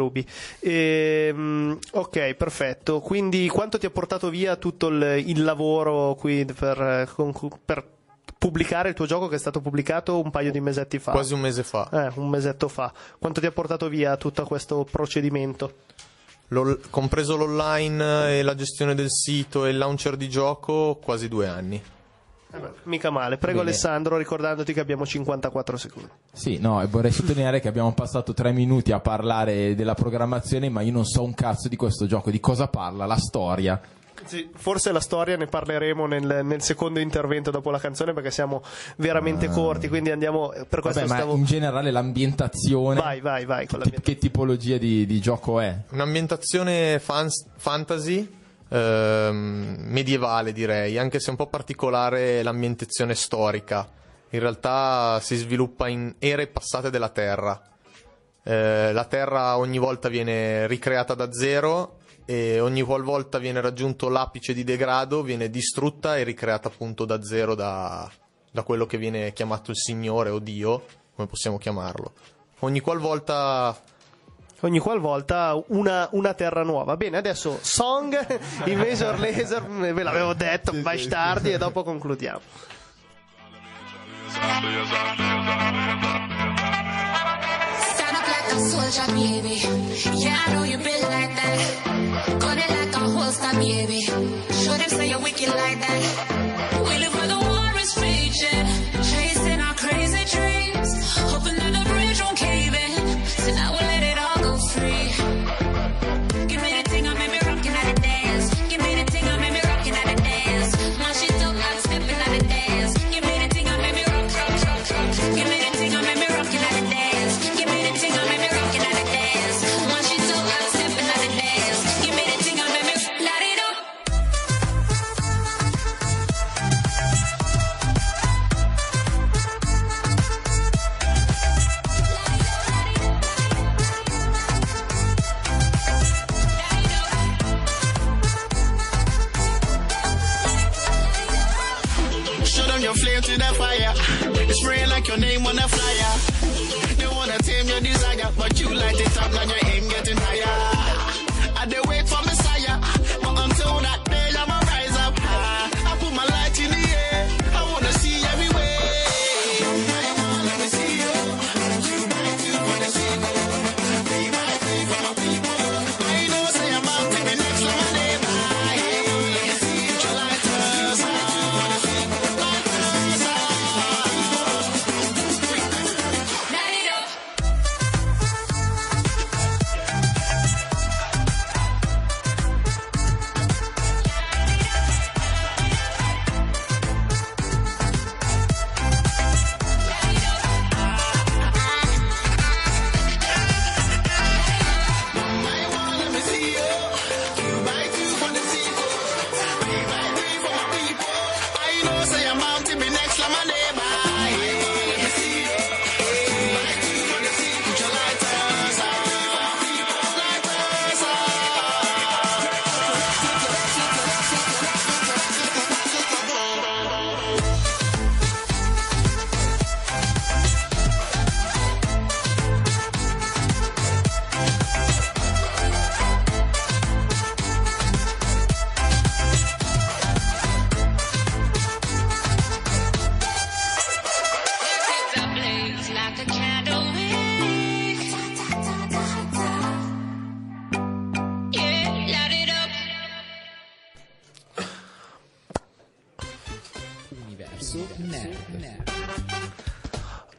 Ok, perfetto. Quindi quanto ti ha portato via tutto il lavoro qui per pubblicare il tuo gioco, che è stato pubblicato un paio di mesetti fa? Quasi un mese fa. Un mesetto fa. Quanto ti ha portato via tutto questo procedimento? Compreso l'online e la gestione del sito e il launcher di gioco, quasi 2 anni. Mica male. Prego. Bene. Alessandro, ricordandoti che abbiamo 54 secondi. Sì, no, e vorrei sottolineare che abbiamo passato 3 minuti a parlare della programmazione, ma io non so un cazzo di questo gioco. Di cosa parla? La storia? Sì, forse la storia ne parleremo nel secondo intervento dopo la canzone, perché siamo veramente corti, quindi andiamo per questo. Ma in generale l'ambientazione. Vai con l'ambientazione. Che tipologia di gioco è? Un'ambientazione fantasy, medievale direi, anche se un po' particolare l'ambientazione storica. In realtà si sviluppa in ere passate della Terra. La Terra ogni volta viene ricreata da zero e ogni qualvolta viene raggiunto l'apice di degrado viene distrutta e ricreata appunto da zero da quello che viene chiamato il Signore o Dio, come possiamo chiamarlo. Ogni qualvolta una terra nuova. Bene, adesso Song, i Major Lazer, ve l'avevo detto, bastardi, e dopo concludiamo. Stand up like a soldier, baby. Yeah, I know you been like that. Gun it like a holster, baby. Show them say you're wicked like that. We live where the war is raging, chasing our crazy dreams, hoping that the bridge won't cave in. So now we'll let it all go free. Give me the thing, I made me rockin' at the dance. Give me the thing, I made me rockin' at the dance. Now she's up, I'm stepping at the dance. Give me the thing, I made me rock. Give me the thing, I made me rockin' at the dance. Give me the thing, I made me rockin' at the dance. Now she's up, I'm stepping at the dance. Give me the thing, I made me light it up. Show them your flame to the fire. Spraying like your name on a flyer. They wanna tame your desire, but you light it up, now your aim getting higher. I dey wait for Messiah, but until that day I'ma rise up high. I put my light in the air. I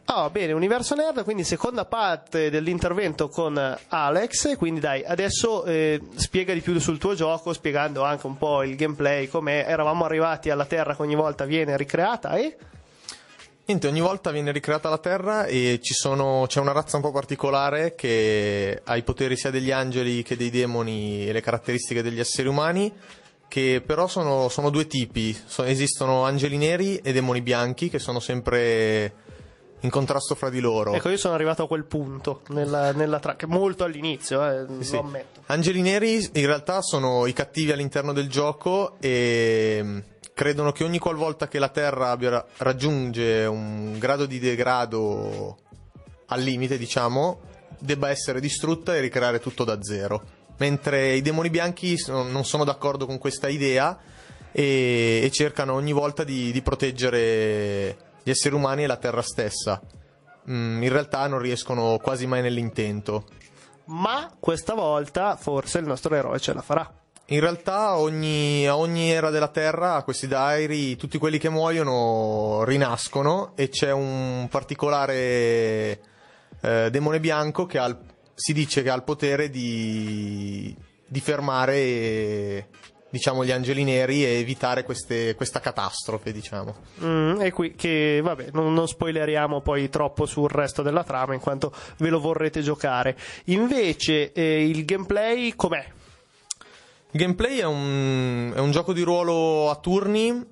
Bene, Universo Nerd, quindi seconda parte dell'intervento con Alex, quindi dai, adesso spiega di più sul tuo gioco, spiegando anche un po' il gameplay, com'è. Eravamo arrivati alla Terra che ogni volta viene ricreata e... Niente, ogni volta viene ricreata la Terra e c'è una razza un po' particolare che ha i poteri sia degli angeli che dei demoni e le caratteristiche degli esseri umani, che però sono due tipi. Esistono angeli neri e demoni bianchi che sono sempre in contrasto fra di loro. Ecco, io sono arrivato a quel punto nella track, molto all'inizio, Sì. lo ammetto. Angeli neri in realtà sono i cattivi all'interno del gioco e credono che ogni qualvolta che la Terra raggiunge un grado di degrado al limite, diciamo, debba essere distrutta e ricreare tutto da zero. Mentre i demoni bianchi non sono d'accordo con questa idea e cercano ogni volta di proteggere gli esseri umani e la Terra stessa. In realtà non riescono quasi mai nell'intento. Ma questa volta forse il nostro eroe ce la farà. In realtà a ogni era della Terra, a questi diary, tutti quelli che muoiono rinascono e c'è un particolare demone bianco che si dice che ha il potere di fermare diciamo gli angeli neri e evitare questa catastrofe, diciamo. E qui che vabbè, non spoileriamo poi troppo sul resto della trama in quanto ve lo vorrete giocare. Invece il gameplay com'è? Il gameplay è un gioco di ruolo a turni,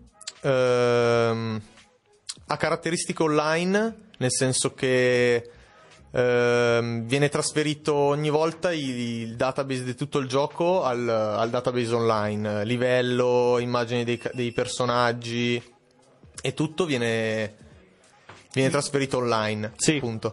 ha caratteristiche online, nel senso che viene trasferito ogni volta il database di tutto il gioco al database online, livello, immagini dei personaggi e tutto viene trasferito online. Sì. Appunto.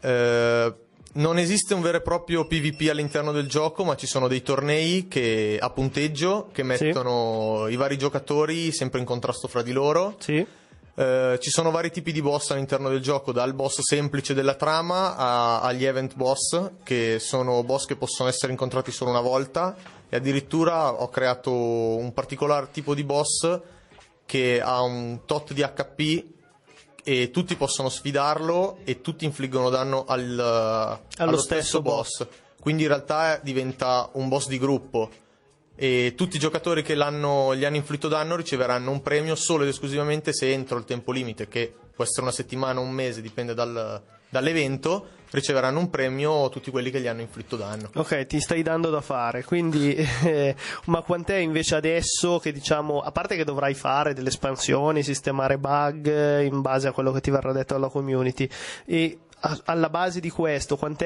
Non esiste un vero e proprio PvP all'interno del gioco, ma ci sono dei tornei a punteggio che mettono i vari giocatori sempre in contrasto fra di loro. Sì. Ci sono vari tipi di boss all'interno del gioco, dal boss semplice della trama agli event boss, che sono boss che possono essere incontrati solo una volta, e addirittura ho creato un particolare tipo di boss che ha un tot di HP e tutti possono sfidarlo e tutti infliggono danno allo stesso boss. Quindi in realtà diventa un boss di gruppo e tutti i giocatori che gli hanno inflitto danno riceveranno un premio solo ed esclusivamente se entro il tempo limite, che può essere una settimana o un mese, dipende dall'evento, riceveranno un premio tutti quelli che gli hanno inflitto danno. Ok, ti stai dando da fare, quindi ma quant'è invece adesso che, diciamo, a parte che dovrai fare delle espansioni, sistemare bug in base a quello che ti verrà detto dalla community, e alla base di questo quant'è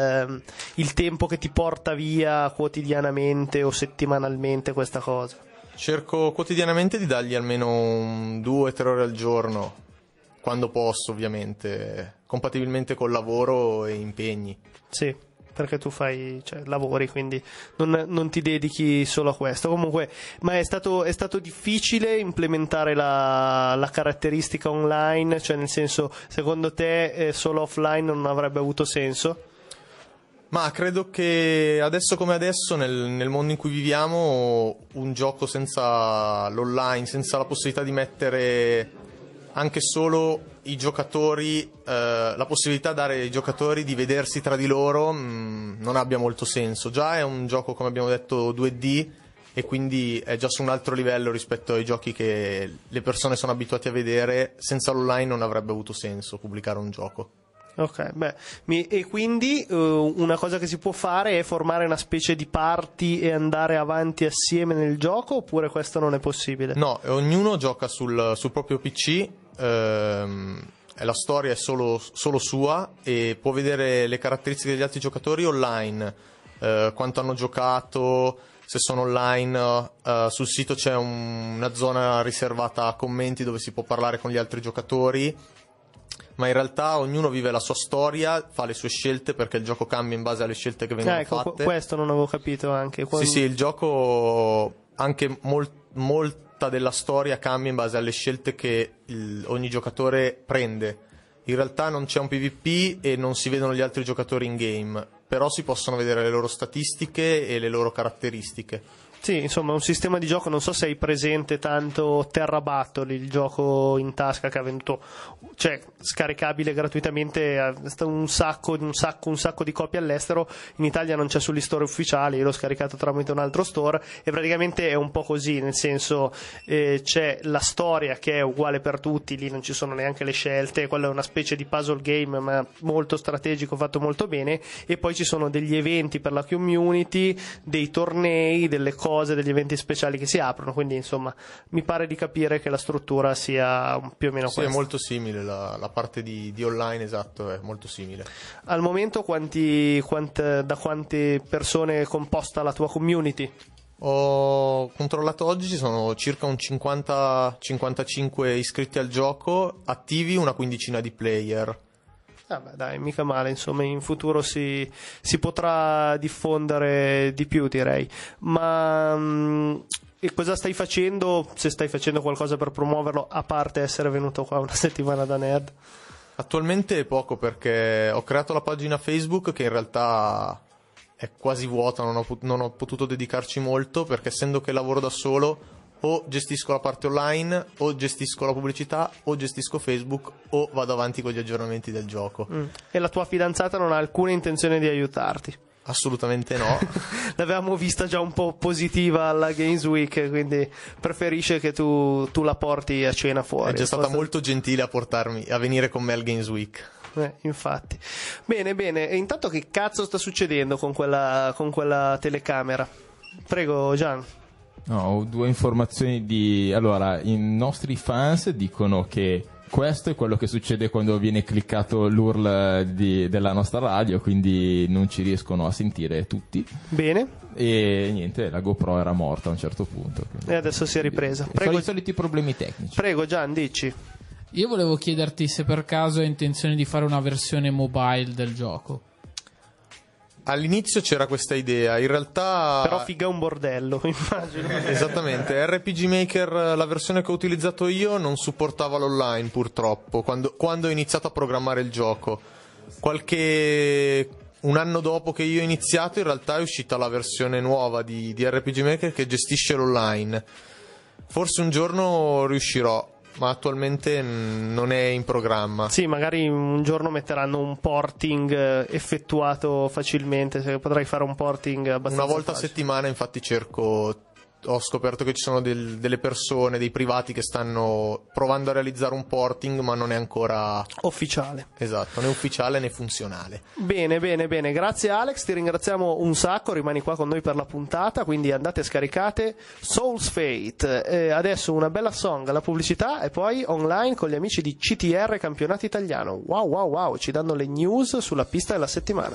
il tempo che ti porta via quotidianamente o settimanalmente questa cosa? Cerco quotidianamente di dargli almeno 2-3 ore al giorno, quando posso, ovviamente, compatibilmente col lavoro e impegni. Sì, perché tu lavori, quindi non ti dedichi solo a questo. Comunque, ma è stato difficile implementare la caratteristica online? Cioè, nel senso, secondo te solo offline non avrebbe avuto senso? Ma credo che adesso come adesso, nel mondo in cui viviamo, un gioco senza l'online, senza la possibilità di mettere anche solo i giocatori, la possibilità dare ai giocatori di vedersi tra di loro, non abbia molto senso. Già è un gioco, come abbiamo detto, 2D e quindi è già su un altro livello rispetto ai giochi che le persone sono abituate a vedere. Senza l'online non avrebbe avuto senso pubblicare un gioco. Ok, e quindi una cosa che si può fare è formare una specie di party e andare avanti assieme nel gioco, oppure questo non è possibile? No, ognuno gioca sul proprio PC, la storia è solo sua e può vedere le caratteristiche degli altri giocatori online, quanto hanno giocato, se sono online. Sul sito c'è una zona riservata a commenti dove si può parlare con gli altri giocatori. Ma in realtà ognuno vive la sua storia, fa le sue scelte, perché il gioco cambia in base alle scelte che vengono fatte. Questo non avevo capito anche. Sì, il gioco, anche molta della storia cambia in base alle scelte che ogni giocatore prende. In realtà non c'è un PvP e non si vedono gli altri giocatori in game, però si possono vedere le loro statistiche e le loro caratteristiche. Sì, insomma, un sistema di gioco, non so se hai presente tanto Terra Battle, il gioco in tasca che ha venduto, cioè scaricabile gratuitamente, un sacco di copie all'estero. In Italia non c'è sugli store ufficiali, io l'ho scaricato tramite un altro store e praticamente è un po' così, nel senso c'è la storia che è uguale per tutti, lì non ci sono neanche le scelte, quello è una specie di puzzle game ma molto strategico, fatto molto bene, e poi ci sono degli eventi per la community, dei tornei, delle cose, degli eventi speciali che si aprono, quindi insomma mi pare di capire che la struttura sia più o meno sì, questa. È molto simile, la parte di online, esatto, è molto simile. Al momento da quante persone è composta la tua community? Ho controllato oggi, ci sono circa un 50-55 iscritti al gioco, attivi una quindicina di player. Beh, dai, mica male, insomma, in futuro si potrà diffondere di più, direi. Ma e cosa stai facendo, se stai facendo qualcosa per promuoverlo, a parte essere venuto qua una settimana da Nerd? Attualmente poco, perché ho creato la pagina Facebook che in realtà è quasi vuota, non ho potuto dedicarci molto, perché essendo che lavoro da solo o gestisco la parte online, o gestisco la pubblicità, o gestisco Facebook, o vado avanti con gli aggiornamenti del gioco. E la tua fidanzata non ha alcuna intenzione di aiutarti? Assolutamente no. L'avevamo vista già un po' positiva alla Games Week, quindi preferisce che tu la porti a cena fuori. È già stata molto gentile a venire con me al Games Week. Infatti. Bene, e intanto che cazzo sta succedendo con quella telecamera? Prego, Gian. No, ho due informazioni allora, i nostri fans dicono che questo è quello che succede quando viene cliccato l'URL della nostra radio, quindi non ci riescono a sentire tutti. Bene. E niente, la GoPro era morta a un certo punto. E adesso si è ripresa. Prego, i soliti problemi tecnici. Prego, Gian, dici. Io volevo chiederti se per caso hai intenzione di fare una versione mobile del gioco. All'inizio c'era questa idea, in realtà... Però figa un bordello, immagino. Esattamente, RPG Maker, la versione che ho utilizzato io, non supportava l'online purtroppo, quando ho iniziato a programmare il gioco. Un anno dopo che io ho iniziato, in realtà è uscita la versione nuova di RPG Maker che gestisce l'online. Forse un giorno riuscirò, ma attualmente non è in programma. Sì, magari un giorno metteranno un porting effettuato facilmente, se potrai fare un porting abbastanza una volta facile. a settimana, infatti ho scoperto che ci sono delle persone, dei privati che stanno provando a realizzare un porting, ma non è ancora ufficiale. Esatto, né ufficiale né funzionale. Bene, grazie Alex, ti ringraziamo un sacco, rimani qua con noi per la puntata, quindi andate e scaricate Soul's Fate. Adesso una bella song, la pubblicità e poi online con gli amici di CTR Campionato Italiano. Wow, ci danno le news sulla pista della settimana.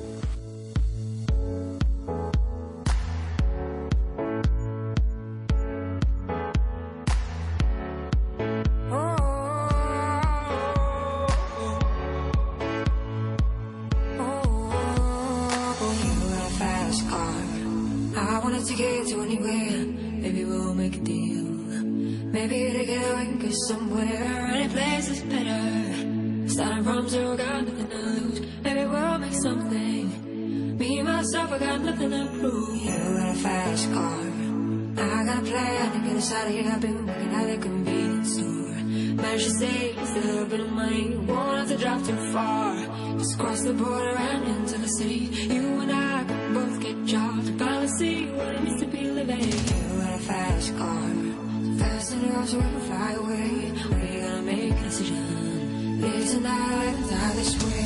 To get to anywhere, maybe we'll make a deal. Maybe together we can go somewhere. Any place is better. Starting from zero, got nothing to lose. Maybe we'll make something. Me, myself, I got nothing to prove. You got a fast car. I got a plan to get us out of here. I've been working at a convenience store. Managed to save just a little bit of money. Won't have to drive too far. Just cross the border and into the city. You and I can both get jobs and finally see what it means to be living. You got a fast car, so fast enough so we can fly away. When are you gonna make a decision? Live tonight and die this way.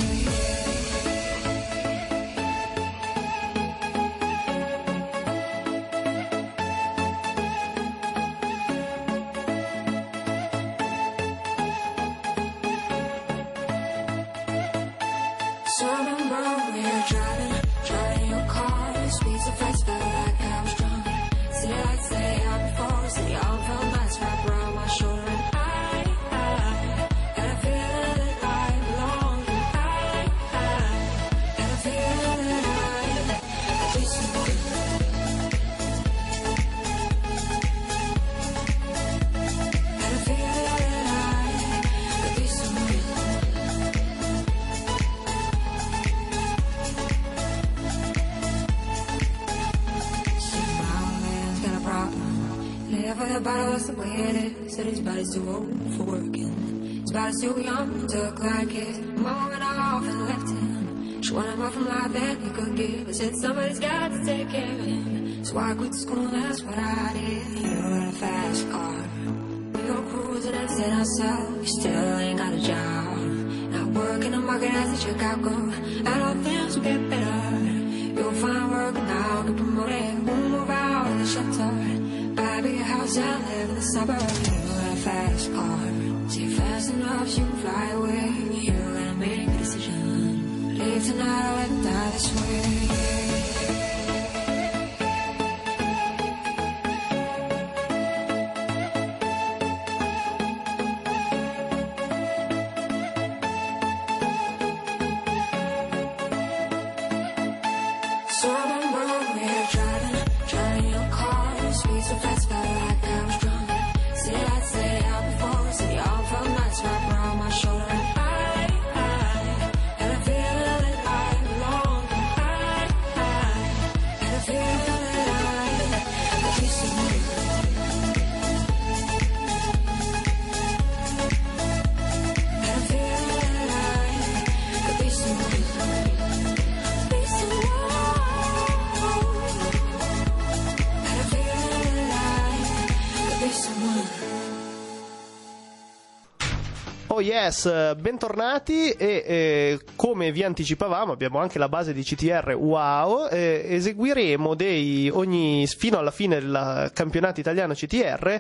Something wrong when you're driving your car. The speed so fast, felt like I was drunk. City lights say out before, city all felt nice wrapped around my shoulder. And I got a feeling that I belong. I got a feeling that I could be someone. Got a feeling that I could be someone. for the bottle, that's the way it is. Said his body's too old for working. His body's too young to look like it. Mama went off and left him. She wanted more from life than he could give. I said somebody's got to take care of him. So I quit school and that's what I did. You got a fast car. We go cruising and set ourselves. You still ain't got a job. Not working the market as a Chicago. And all things will get better. You'll find work now, get promoted. We'll move out of the shelter. Buy a big house and live in the suburbs. You got a fast car. See fast enough, you can fly away. You gotta make a decision. Leave tonight or let die this way. Oh yes, bentornati e come vi anticipavamo abbiamo anche la base di CTR wow, eseguiremo fino alla fine del campionato italiano CTR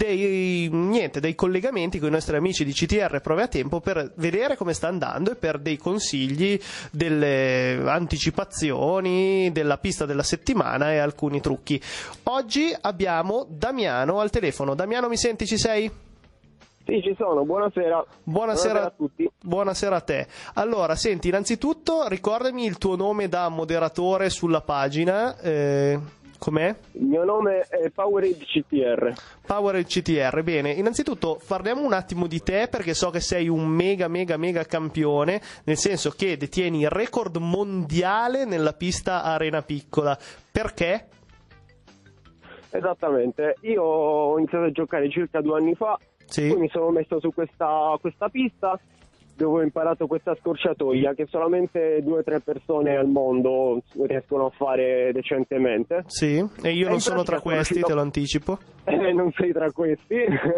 dei collegamenti con i nostri amici di CTR Prove a Tempo per vedere come sta andando e per dei consigli, delle anticipazioni della pista della settimana e alcuni trucchi. Oggi abbiamo Damiano al telefono. Damiano, mi senti, ci sei? Sì, ci sono, buonasera. Buonasera a tutti. Buonasera a te. Allora, senti, innanzitutto ricordami il tuo nome da moderatore sulla pagina, com'è? Il mio nome è Powerade CTR. Powerade CTR, bene. Innanzitutto parliamo un attimo di te, perché so che sei un mega campione, nel senso che detieni il record mondiale nella pista arena piccola. Perché? Esattamente, io ho iniziato a giocare circa 2 anni fa. Sì. Poi mi sono messo su questa pista dove ho imparato questa scorciatoia che solamente 2 o 3 persone al mondo riescono a fare decentemente. Sì, e io non sono tra questi, te lo anticipo. Non sei tra questi.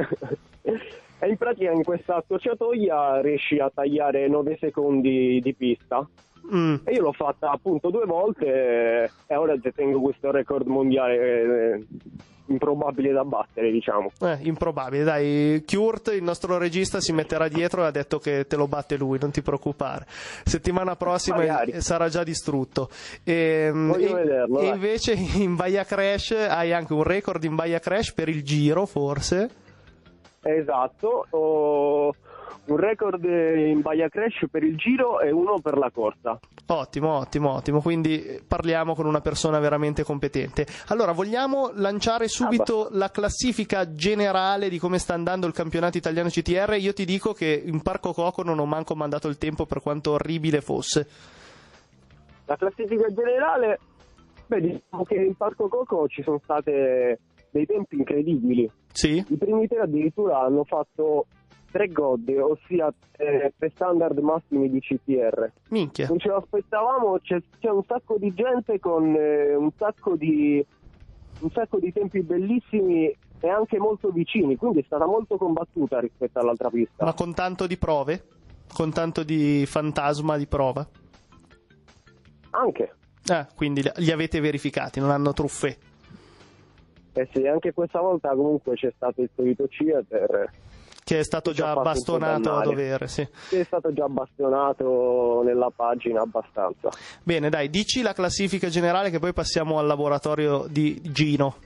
E in pratica in questa scorciatoia riesci a tagliare 9 secondi di pista. E io l'ho fatta appunto 2 volte e ora detengo questo record mondiale improbabile da battere, diciamo. Improbabile, dai. Kurt, il nostro regista, si metterà dietro e ha detto che te lo batte lui, non ti preoccupare. Settimana prossima sarà già distrutto. Voglio vederlo. E invece in Baia Crash hai anche un record in Baia Crash per il giro, forse? Esatto, ho un record in Baia Crash per il giro e uno per la corsa. Ottimo, quindi parliamo con una persona veramente competente. Allora, vogliamo lanciare subito la classifica generale di come sta andando il campionato italiano CTR? Io ti dico che in Parco Coco non ho manco mandato il tempo, per quanto orribile fosse. La classifica generale, diciamo che in Parco Coco ci sono state dei tempi incredibili. Sì? I primi 3 addirittura hanno fatto 3 god, ossia 3 standard massimi di CTR. Minchia. Non ce lo aspettavamo, c'è un sacco di gente con un sacco di tempi bellissimi e anche molto vicini, quindi è stata molto combattuta rispetto all'altra pista. Ma con tanto di prove? Con tanto di fantasma di prova? Anche. Quindi li avete verificati, non hanno truffe? Sì, anche questa volta comunque c'è stato il solito cheater che è stato già bastonato a dovere, sì. Che è stato già bastonato nella pagina abbastanza. Bene, dai, dici la classifica generale che poi passiamo al laboratorio di Gino.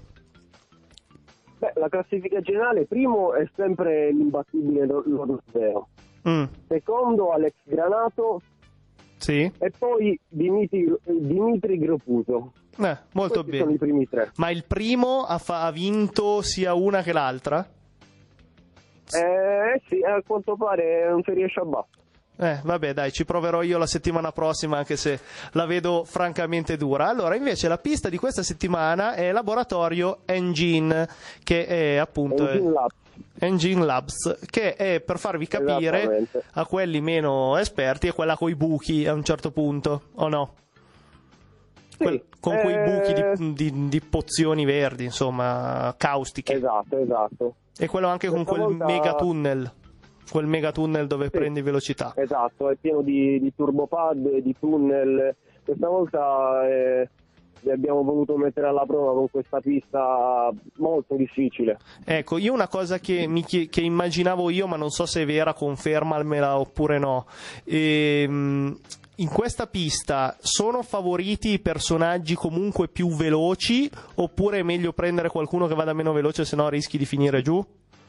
La classifica generale, primo è sempre l'imbattibile Lodosvero. Secondo Alex Granato. Sì. E poi Dimitri Gropuso. Molto Questi bene. Sono i primi 3. Ma il primo ha vinto sia una che l'altra? Sì, a quanto pare non si riesce a battere. Vabbè, dai, ci proverò io la settimana prossima, anche se la vedo francamente dura. Allora, invece, la pista di questa settimana è Laboratorio Engine, che è appunto Engine Labs, che è, per farvi capire a quelli meno esperti, è quella coi buchi a un certo punto, o no? Con quei buchi di pozioni verdi, insomma, caustiche. Esatto. E quello anche con quel megatunnel. Quel megatunnel dove prendi velocità. Esatto, è pieno di turbopad, di tunnel. Questa volta li abbiamo voluto mettere alla prova con questa pista molto difficile. Ecco, io una cosa che immaginavo io, ma non so se è vera, confermamela oppure no. In questa pista sono favoriti i personaggi comunque più veloci, oppure è meglio prendere qualcuno che vada meno veloce, se no rischi di finire giù?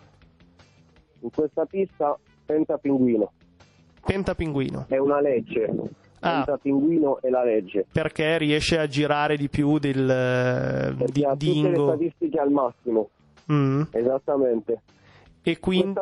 In questa pista Pentapinguino. Pentapinguino. È una legge. Pentapinguino è la legge. Perché riesce a girare di più di ha tutte le statistiche al massimo. Esattamente. E quindi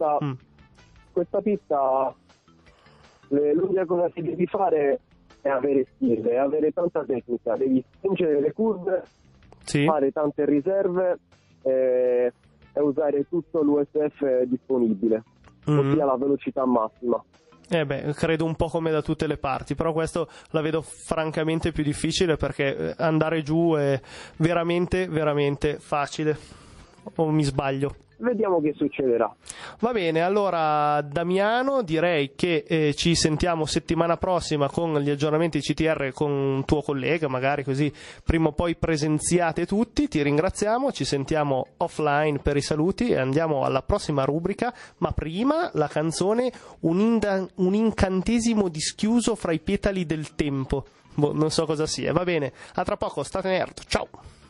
questa pista l'unica cosa che devi fare è avere skill, è avere tanta tecnica. Devi stringere le curve, fare tante riserve e usare tutto l'USF disponibile, ossia la velocità massima. Credo un po' come da tutte le parti, però questo la vedo francamente più difficile, perché andare giù è veramente, veramente facile. O mi sbaglio? Vediamo che succederà. Va bene, allora Damiano, direi che ci sentiamo settimana prossima con gli aggiornamenti CTR con un tuo collega, magari, così prima o poi presenziate tutti. Ti ringraziamo, ci sentiamo offline per i saluti e andiamo alla prossima rubrica, ma prima la canzone un incantesimo dischiuso fra i petali del tempo. Non so cosa sia. Va bene, a tra poco, state nerd, ciao.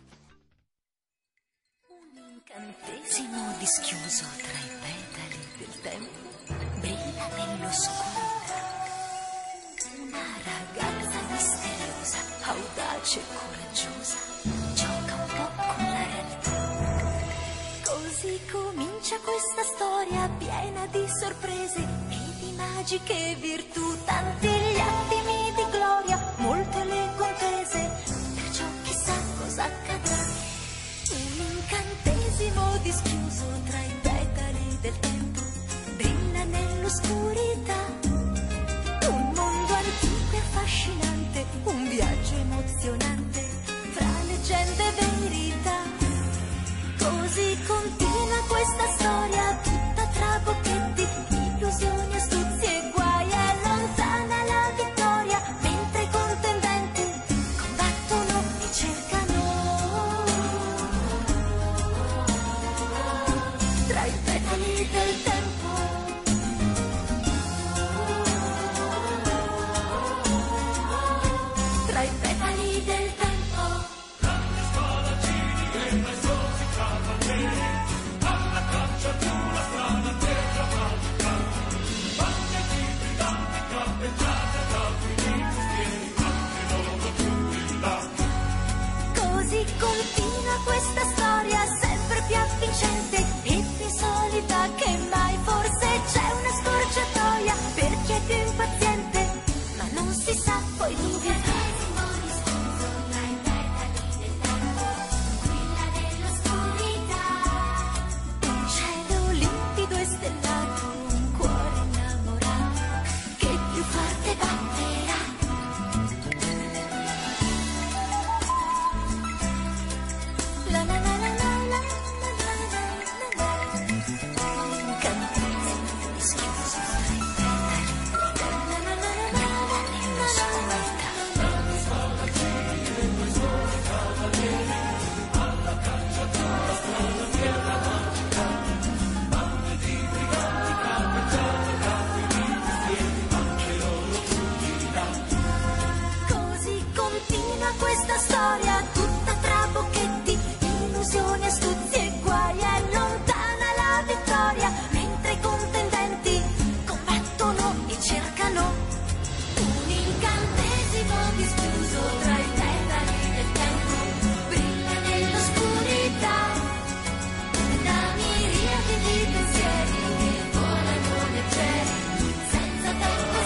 Incantesimo dischiuso tra i petali del tempo, brilla nell'oscurità. Una ragazza misteriosa, audace e coraggiosa, gioca un po' con la realtà. Così comincia questa storia piena di sorprese e di magiche virtù, tanti gli attimi di gloria, molte le contese, perciò chissà cosa accadrà. Un incantesimo dischiuso tra i petali del tempo, brilla nell'oscurità. Un mondo antico e affascinante, un viaggio emozionante fra leggende e verità. Così continua questa storia tutta tra bocchetti, illusioni, astuzie e guai. È lontana la vittoria, mentre i contendenti combattono e cercano. Tra i petali del tempo, tra i petali del tempo, grandi spadaccini e maestosi cavalieri, alla caccia di una strana terra magica, magneti briganti cappeggiati ad alpini mestieri, anche loro giunti là. Così continua questa storia sempre più avvincente e più solida che mai. Forse c'è una scorciatoia per chi è più impaziente, ma non si sa poi dove va. Un cielo limpido e stellato, un cuore innamorato che più forte batterà. La la la la la la la la la la. Incantesimo dischiuso tra i petali, la la la la la la, nell'oscurità. Grandi spadaccini e maestosi cavalieri, alla caccia di una strana terra magica, magneti briganti cappeggiati ad alpini mestieri, anche loro giunti là. Così continua questa storia tutta tra bocchetti, illusioni, astuzie e guai. È lontana la vittoria, mentre i contendenti combattono e cercano. Un incantesimo dischiuso tra i petali del tempo, brilla nell'oscurità. Da miriadi di pensieri che volano leggeri, senza tempo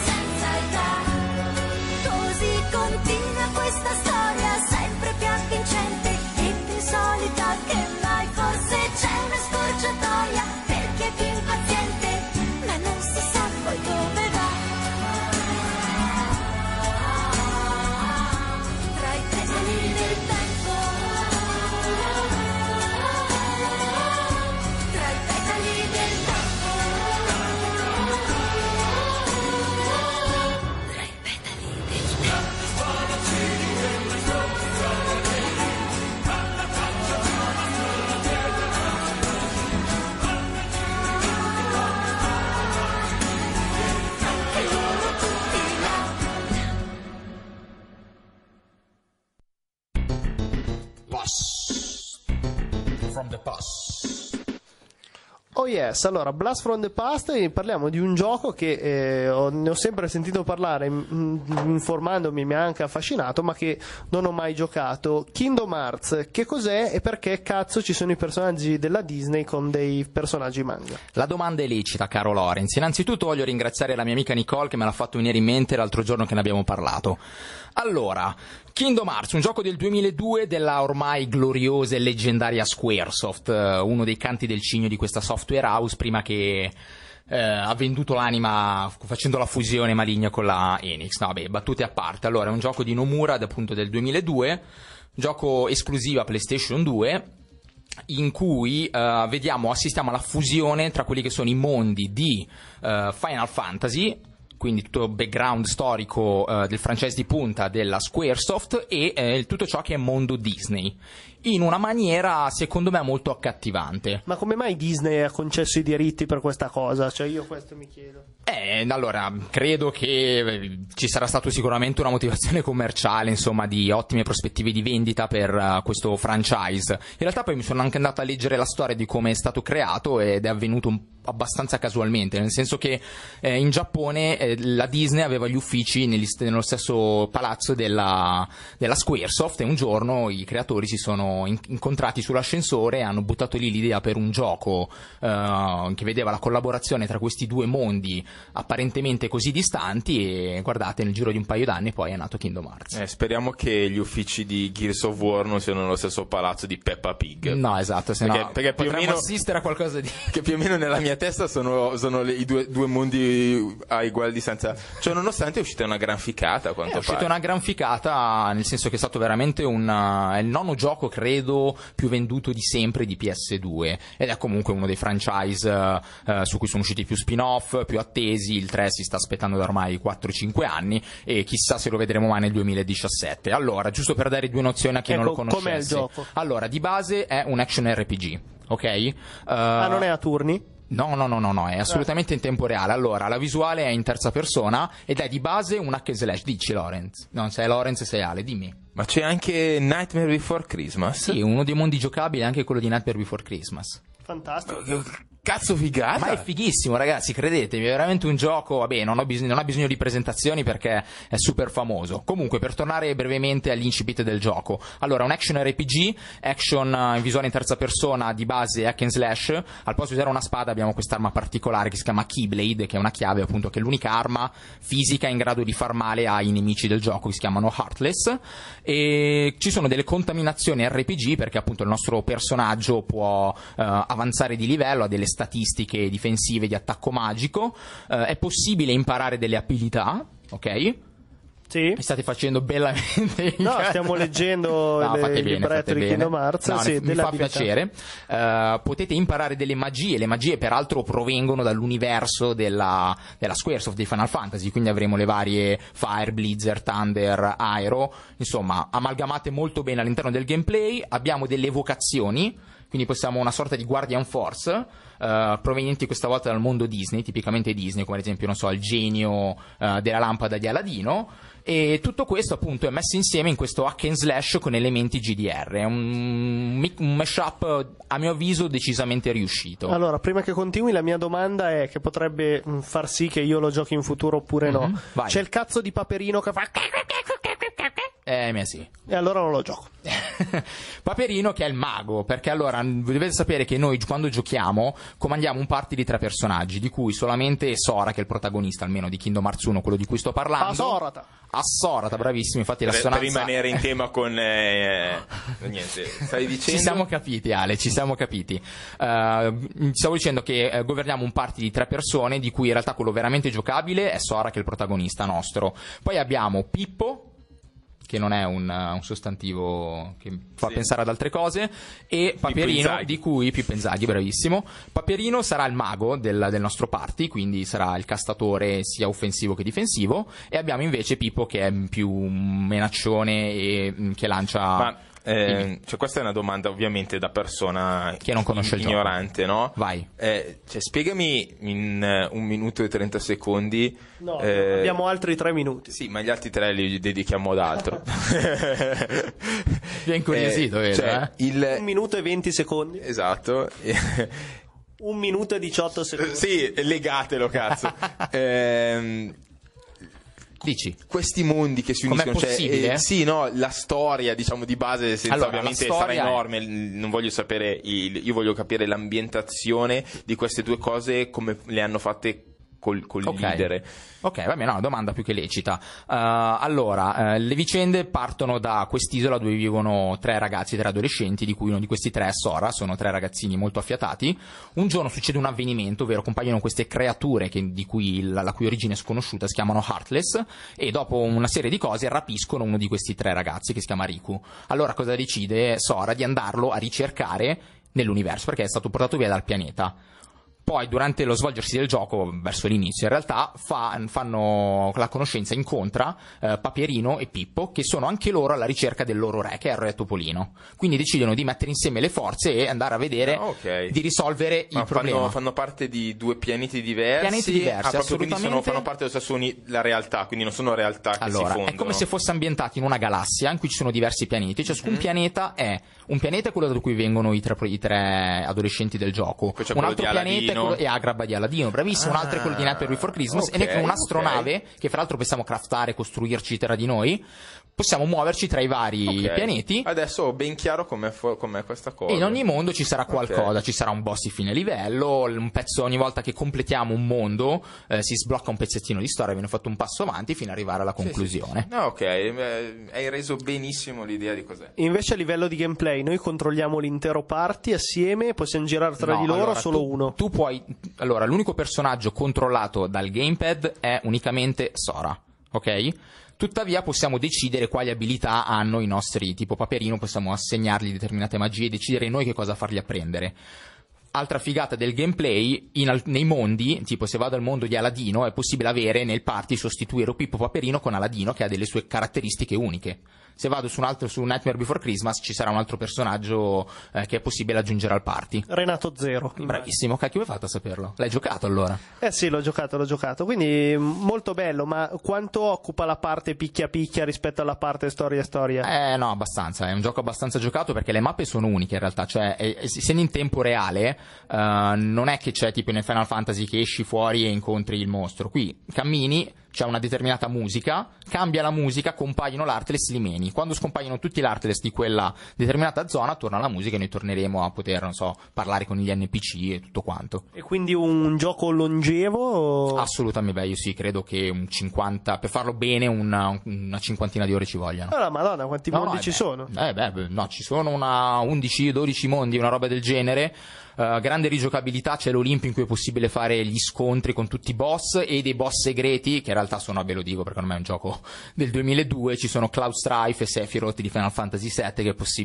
from the Past. Oh yes, allora Blast from the Past, e parliamo di un gioco che ne ho sempre sentito parlare informandomi, mi ha anche affascinato, ma che non ho mai giocato. Kingdom Hearts, che cos'è e perché cazzo ci sono i personaggi della Disney con dei personaggi manga? La domanda è lecita, caro Lorenz. Innanzitutto voglio ringraziare la mia amica Nicole che me l'ha fatto venire in mente l'altro giorno che ne abbiamo parlato. Allora, Kingdom Hearts, un gioco del 2002 della ormai gloriosa e leggendaria Squaresoft, uno dei canti del cigno di questa software house prima che ha venduto l'anima facendo la fusione maligna con la Enix. No, vabbè, battute a parte. Allora, è un gioco di Nomura appunto del 2002, gioco esclusiva PlayStation 2, in cui assistiamo alla fusione tra quelli che sono i mondi di Final Fantasy, quindi tutto il background storico del franchise di punta della Squaresoft, e tutto ciò che è mondo Disney, in una maniera secondo me molto accattivante. Ma come mai Disney ha concesso i diritti per questa cosa? Cioè, io questo mi chiedo. Allora, credo che ci sarà stato sicuramente una motivazione commerciale, insomma, di ottime prospettive di vendita per questo franchise. In realtà poi mi sono anche andato a leggere la storia di come è stato creato, ed è avvenuto abbastanza casualmente, nel senso che in Giappone la Disney aveva gli uffici nello stesso palazzo della Squaresoft, e un giorno i creatori si sono incontrati sull'ascensore e hanno buttato lì l'idea per un gioco che vedeva la collaborazione tra questi due mondi apparentemente così distanti, e guardate, nel giro di un paio d'anni poi è nato Kingdom Hearts. Speriamo che gli uffici di Gears of War non siano nello stesso palazzo di Peppa Pig. No, esatto, perché più o meno assistere a qualcosa di che più o meno nella mia testa sono i due mondi a uguale distanza. Cioè, nonostante è uscita una gran ficata, a quanto pare. È uscita una gran ficata, nel senso che è stato veramente è il nono gioco, credo, più venduto di sempre di PS2, ed è comunque uno dei franchise su cui sono usciti più spin-off, più attesi. Il 3 si sta aspettando da ormai 4-5 anni, e chissà se lo vedremo mai nel 2017. Allora, giusto per dare due nozioni a chi non lo conoscesse. Com'è il gioco? Allora, di base è un action RPG, ok? Non è a turni? No, è assolutamente in tempo reale. Allora, la visuale è in terza persona ed è di base un hack and slash. Dici, Lorenz? Non sei Lorenz, sei Ale, dimmi. Ma c'è anche Nightmare Before Christmas? Sì, uno dei mondi giocabili è anche quello di Nightmare Before Christmas. Fantastico. Cazzo figata! Ma è fighissimo, ragazzi, credetemi, è veramente un gioco. Vabbè, non ha bisogno di presentazioni perché è super famoso. Comunque, per tornare brevemente all'incipit del gioco, allora, un action RPG, action in visuale in terza persona, di base hack and slash. Al posto di usare una spada abbiamo quest'arma particolare che si chiama Keyblade, che è una chiave, appunto, che è l'unica arma fisica in grado di far male ai nemici del gioco, che si chiamano Heartless. E ci sono delle contaminazioni RPG perché, appunto, il nostro personaggio può avanzare di livello, ha delle statistiche difensive di attacco magico, è possibile imparare delle abilità, ok? Sì. Mi state facendo bellamente. No, stiamo leggendo il libretto di Kingdom Hearts. No, sì, mi fa piacere. Potete imparare delle magie. Le magie, peraltro, provengono dall'universo della Squaresoft di Final Fantasy. Quindi avremo le varie Fire, Blizzard, Thunder, Aero. Insomma, amalgamate molto bene all'interno del gameplay. Abbiamo delle evocazioni. Quindi possiamo una sorta di Guardian Force, provenienti questa volta dal mondo Disney, tipicamente Disney, come ad esempio, non so, il genio della lampada di Aladino. E tutto questo, appunto, è messo insieme in questo hack and slash con elementi GDR. È un mashup, a mio avviso, decisamente riuscito. Allora, prima che continui, la mia domanda è, che potrebbe far sì che io lo giochi in futuro oppure no. Vai. C'è il cazzo di Paperino che fa... Sì. E allora non lo gioco. Paperino, che è il mago, perché allora dovete sapere che noi quando giochiamo comandiamo un party di 3 personaggi, di cui solamente Sora, che è il protagonista almeno di Kingdom Hearts 1, quello di cui sto parlando. Assorata, bravissimo, infatti l'assonanza... Per rimanere in tema con... niente, stai dicendo... Ci siamo capiti, Ale, ci siamo capiti. Stavo dicendo che governiamo un party di 3 persone, di cui in realtà quello veramente giocabile è Sora, che è il protagonista nostro. Poi abbiamo Pippo, che non è un sostantivo che fa pensare ad altre cose, e Paperino, di cui Pippo Inzaghi, bravissimo. Paperino sarà il mago del nostro party, quindi sarà il castatore sia offensivo che difensivo, e abbiamo invece Pippo, che è più menaccione e che lancia Cioè, questa è una domanda ovviamente da persona che non conosce il ignorante, gioco. no? Vai. Cioè, spiegami in 1 minuto e 30 secondi. No, abbiamo altri 3 minuti. Sì, ma gli altri 3 li dedichiamo ad altro. Mi ha incuriosito, vedo, cioè, 1 minuto e 20 secondi. Esatto. 1 minuto e 18 secondi. Sì, legatelo, cazzo. Dici? Questi mondi che si uniscono, com'è possibile? Sì, no, la storia, diciamo, di base, senza Allora, ovviamente la stare storia enorme, non voglio sapere, io voglio capire l'ambientazione di queste due cose, come le hanno fatte col leader. Ok, va bene, no, una domanda più che lecita. Allora, le vicende partono da quest'isola dove vivono 3 ragazzi, 3 adolescenti, di cui uno di questi 3 è Sora, sono 3 ragazzini molto affiatati. Un giorno succede un avvenimento, ovvero compaiono queste creature la cui origine è sconosciuta, si chiamano Heartless, e dopo una serie di cose rapiscono uno di questi 3 ragazzi, che si chiama Riku. Allora cosa decide Sora? Di andarlo a ricercare nell'universo, perché è stato portato via dal pianeta. Poi durante lo svolgersi del gioco, verso l'inizio in realtà, fanno la conoscenza, incontra Paperino e Pippo, che sono anche loro alla ricerca del loro re, che è il re Topolino. Quindi decidono di mettere insieme le forze e andare a vedere di risolvere il problema. Fanno parte di 2 pianeti diversi? Pianeti diversi, proprio, assolutamente. Quindi fanno parte dello stesso la realtà, quindi non sono realtà che si fondono. È come se fosse ambientato in una galassia in cui ci sono diversi pianeti. Ciascun pianeta è quello da cui vengono i 3 adolescenti del gioco. Un altro pianeta è Agrabah di Aladino, bravissimo. Un altro è quello di Nightmare Before Christmas. E noi con un'astronave, che fra l'altro possiamo craftare, costruirci tra di noi, possiamo muoverci tra i vari pianeti. Adesso ho ben chiaro com'è questa cosa. E in ogni mondo ci sarà qualcosa, ci sarà un boss di fine livello, un pezzo, ogni volta che completiamo un mondo si sblocca un pezzettino di storia, viene fatto un passo avanti fino ad arrivare alla conclusione. Sì. No, hai reso benissimo l'idea di cos'è. Invece a livello di gameplay noi controlliamo l'intero party assieme, possiamo girare tra di loro, solo uno. Tu puoi. Allora, l'unico personaggio controllato dal gamepad è unicamente Sora, ok? Tuttavia possiamo decidere quali abilità hanno i nostri, tipo Paperino, possiamo assegnargli determinate magie e decidere noi che cosa fargli apprendere. Altra figata del gameplay, nei mondi, tipo se vado al mondo di Aladino, è possibile avere nel party, sostituire Pippo Paperino con Aladino, che ha delle sue caratteristiche uniche. Se vado su Nightmare Before Christmas ci sarà un altro personaggio che è possibile aggiungere al party. Renato Zero. Bravissimo, cacchio, come hai fatto a saperlo? L'hai giocato allora? Sì, l'ho giocato, quindi molto bello, ma quanto occupa la parte picchia rispetto alla parte storia? No, abbastanza, è un gioco abbastanza giocato perché le mappe sono uniche in realtà, cioè essendo in tempo reale non è che c'è tipo nel Final Fantasy che esci fuori e incontri il mostro, qui cammini, c'è una determinata musica, cambia la musica, compaiono l'Heartless, li meni. Quando scompaiono tutti l'Heartless di quella determinata zona, torna la musica e noi torneremo a poter, non so, parlare con gli NPC e tutto quanto. E quindi un gioco longevo? Assolutamente, io sì, credo che un 50, per farlo bene una cinquantina di ore ci vogliano. Oh, madonna, quanti mondi ci sono? Ci sono 11-12 mondi, una roba del genere. Grande rigiocabilità, c'è l'Olimpio in cui è possibile fare gli scontri con tutti i boss e dei boss segreti, che in realtà sono, ve lo dico perché ormai è un gioco del 2002, ci sono Cloud Strife e Sephiroth di Final Fantasy VII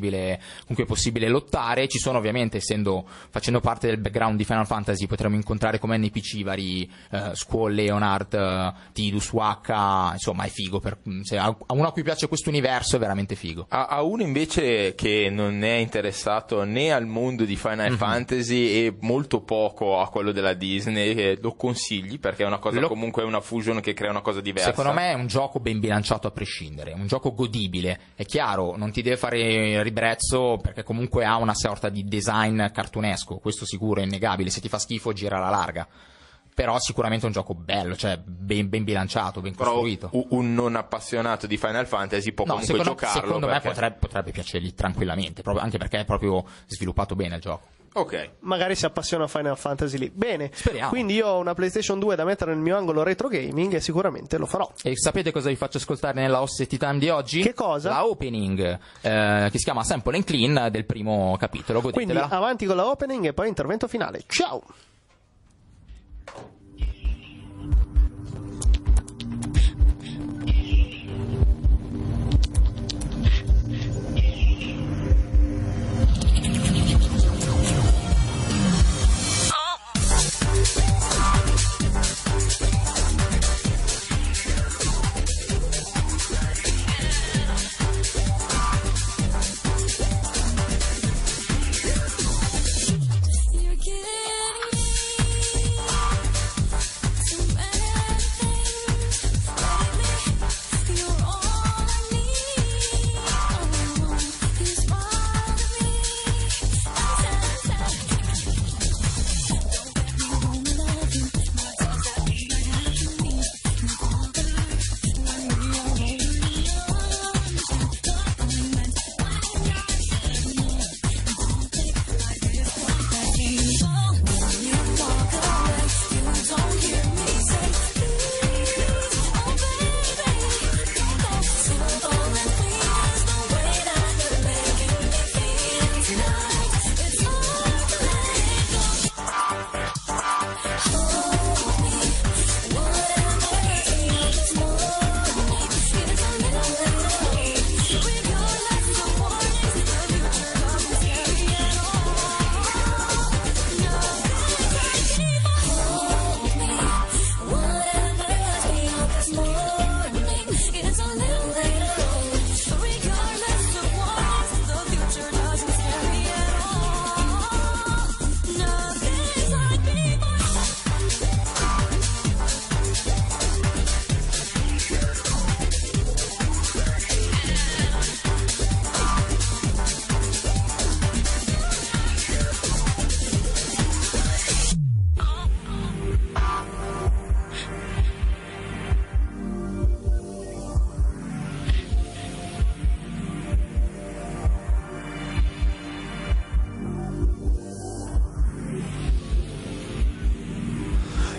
con cui è possibile lottare. Ci sono ovviamente, facendo parte del background di Final Fantasy, potremo incontrare come NPC vari Squall, Leonard, Tidus, Wakka, insomma è figo, se a uno a cui piace questo universo è veramente figo. A uno invece che non è interessato né al mondo di Final Fantasy e molto poco a quello della Disney, lo consigli perché è una cosa, comunque è una fusion che crea una cosa diversa. Secondo me è un gioco ben bilanciato a prescindere, un gioco godibile. È chiaro, non ti deve fare ribrezzo perché comunque ha una sorta di design cartunesco, questo sicuro, è innegabile. Se ti fa schifo gira alla larga. Però sicuramente è un gioco bello, cioè ben bilanciato, ben costruito. Un non appassionato di Final Fantasy può comunque giocarlo. Secondo me potrebbe piacergli tranquillamente, anche perché è proprio sviluppato bene il gioco. Ok. Magari si appassiona a Final Fantasy lì. Bene. Speriamo. Quindi io ho una PlayStation 2 da mettere nel mio angolo retro gaming e sicuramente lo farò. E sapete cosa vi faccio ascoltare nella Osset Time di oggi? Che cosa? La opening, che si chiama Sample and Clean del primo capitolo. Godetevela. Quindi avanti con la opening e poi intervento finale. Ciao!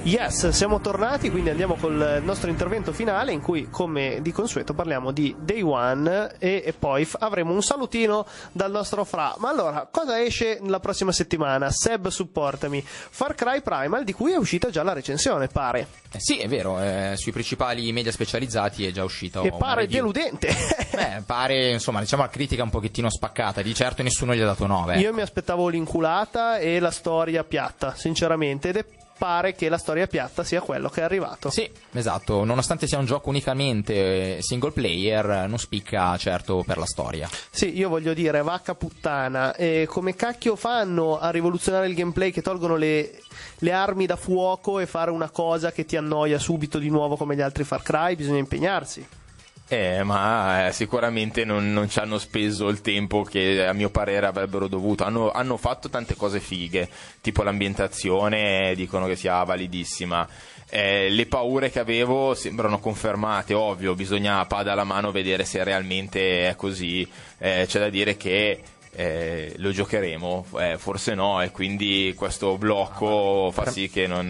Yes, siamo tornati, quindi andiamo col nostro intervento finale in cui, come di consueto, parliamo di Day One e poi avremo un salutino dal nostro Fra. Ma allora, cosa esce la prossima settimana? Seb, supportami. Far Cry Primal, di cui è uscita già la recensione, pare. Sì, è vero, sui principali media specializzati è già uscito. E pare deludente. Pare, insomma, diciamo la critica un pochettino spaccata, di certo nessuno gli ha dato 9. Io mi aspettavo l'inculata e la storia piatta, sinceramente, ed pare che la storia piatta sia quello che è arrivato. Sì, esatto, nonostante sia un gioco unicamente single player, non spicca certo per la storia. Sì, io voglio dire, vacca puttana, come cacchio fanno a rivoluzionare il gameplay che tolgono le armi da fuoco e fare una cosa che ti annoia subito di nuovo come gli altri Far Cry? Bisogna impegnarsi. Ma sicuramente non ci hanno speso il tempo che a mio parere avrebbero dovuto. Hanno fatto tante cose fighe, tipo l'ambientazione, dicono che sia validissima. Le paure che avevo sembrano confermate, ovvio, bisogna pada alla mano vedere se realmente è così. C'è da dire che lo giocheremo, forse no, e quindi questo blocco fa sì che non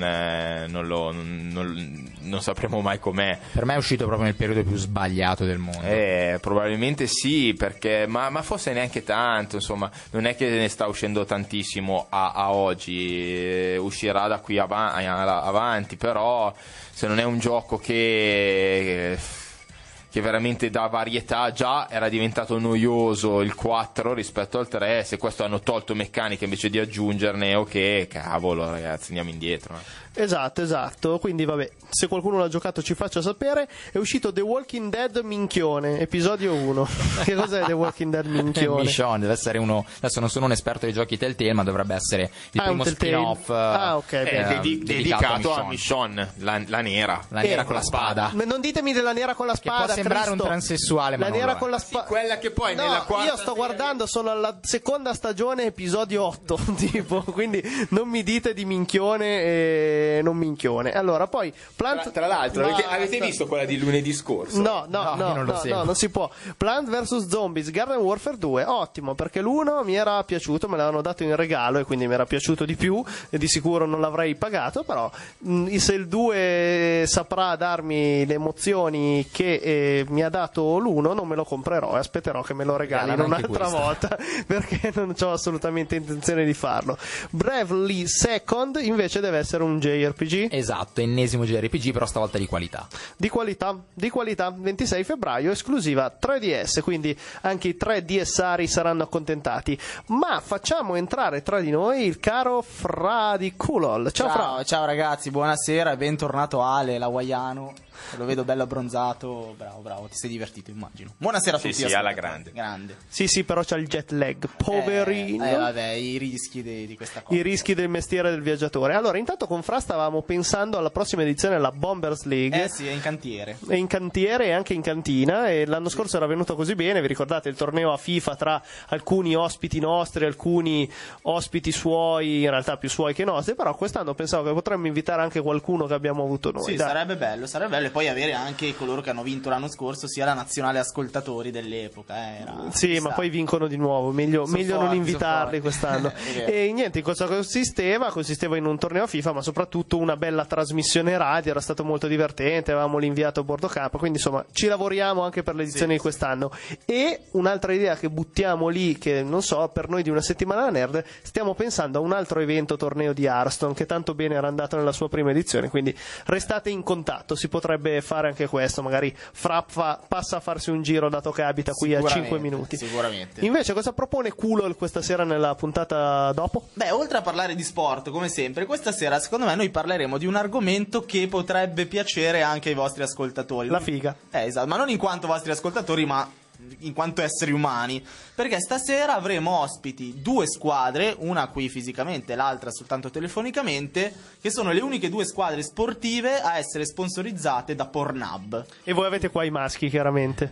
sapremo mai com'è. Per me è uscito proprio nel periodo più sbagliato del mondo. Probabilmente sì, perché ma forse neanche tanto, insomma, non è che ne sta uscendo tantissimo a oggi, uscirà da qui avanti, però se non è un gioco che veramente dà varietà, già era diventato noioso il 4 rispetto al 3, se questo hanno tolto meccaniche invece di aggiungerne, ok, cavolo ragazzi, andiamo indietro. Esatto, quindi vabbè, se qualcuno l'ha giocato ci faccia sapere. È uscito The Walking Dead Minchione, episodio 1. Che cos'è The Walking Dead Minchione? Michonne, deve essere uno, adesso non sono un esperto dei giochi Telltale, ma dovrebbe essere il primo spin-off dedicato a Michonne, la nera. La nera con la spada. Non ditemi della nera con la spada, che può sembrare Cristo. Un transessuale, ma la non nera lo è. Con la spada, sì, quella che poi nella quarta io sto guardando, sono alla seconda stagione, episodio 8 tipo, quindi non mi dite di minchione e non minchione. Allora, poi tra l'altro, avete visto quella di lunedì scorso? No, non si può. Plant vs Zombies Garden Warfare 2, ottimo, perché l'1 mi era piaciuto, me l'avevano dato in regalo e quindi mi era piaciuto di più e di sicuro non l'avrei pagato, però se il 2 saprà darmi le emozioni che mi ha dato l'1 non me lo comprerò e aspetterò che me lo regalino un'altra volta perché non ho assolutamente intenzione di farlo. Bravely Second invece deve essere un JRPG. Esatto, ennesimo JRPG, però stavolta di qualità. Di qualità, 26 febbraio, esclusiva 3DS, quindi anche i 3DSari saranno accontentati. Ma facciamo entrare tra di noi il caro Fra di Kulol. Ciao ragazzi, buonasera e bentornato Ale, l'hawaiano. Lo vedo bello abbronzato, bravo, ti sei divertito, immagino. Buonasera a tutti. Sì, alla grande. Sì, però c'ha il jet lag, poverino. Vabbè, i rischi di questa cosa. I rischi del mestiere del viaggiatore. Allora, intanto con Fra stavamo pensando alla prossima edizione della Bombers League. Sì, è in cantiere. È in cantiere e anche in cantina, e l'anno scorso era venuto così bene, vi ricordate il torneo a FIFA tra alcuni ospiti nostri, alcuni ospiti suoi, in realtà più suoi che nostri, però quest'anno pensavo che potremmo invitare anche qualcuno che abbiamo avuto noi. Sì, sarebbe bello, e poi avere anche coloro che hanno vinto l'anno scorso, sia la nazionale ascoltatori dell'epoca. Sì, ma poi vincono di nuovo, meglio non invitarli quest'anno. E niente, in cosa consisteva? Consisteva in un torneo FIFA, ma soprattutto una bella trasmissione radio, era stato molto divertente, avevamo l'inviato a bordo campo, quindi insomma ci lavoriamo anche per l'edizione di quest'anno. E un'altra idea che buttiamo lì, che non so, per noi di una settimana nerd, stiamo pensando a un altro evento torneo di Hearthstone che tanto bene era andato nella sua prima edizione, quindi restate in contatto, si potrebbe fare anche questo, magari passa a farsi un giro dato che abita qui a 5 minuti. Sicuramente. Invece cosa propone Kulol questa sera nella puntata dopo? Beh, oltre a parlare di sport come sempre, questa sera secondo me noi parleremo di un argomento che potrebbe piacere anche ai vostri ascoltatori. La figa. Esatto, ma non in quanto vostri ascoltatori, ma in quanto esseri umani, perché stasera avremo ospiti 2 squadre, una qui fisicamente, l'altra soltanto telefonicamente, che sono le uniche 2 squadre sportive a essere sponsorizzate da Pornhub. E voi avete qua i maschi, chiaramente.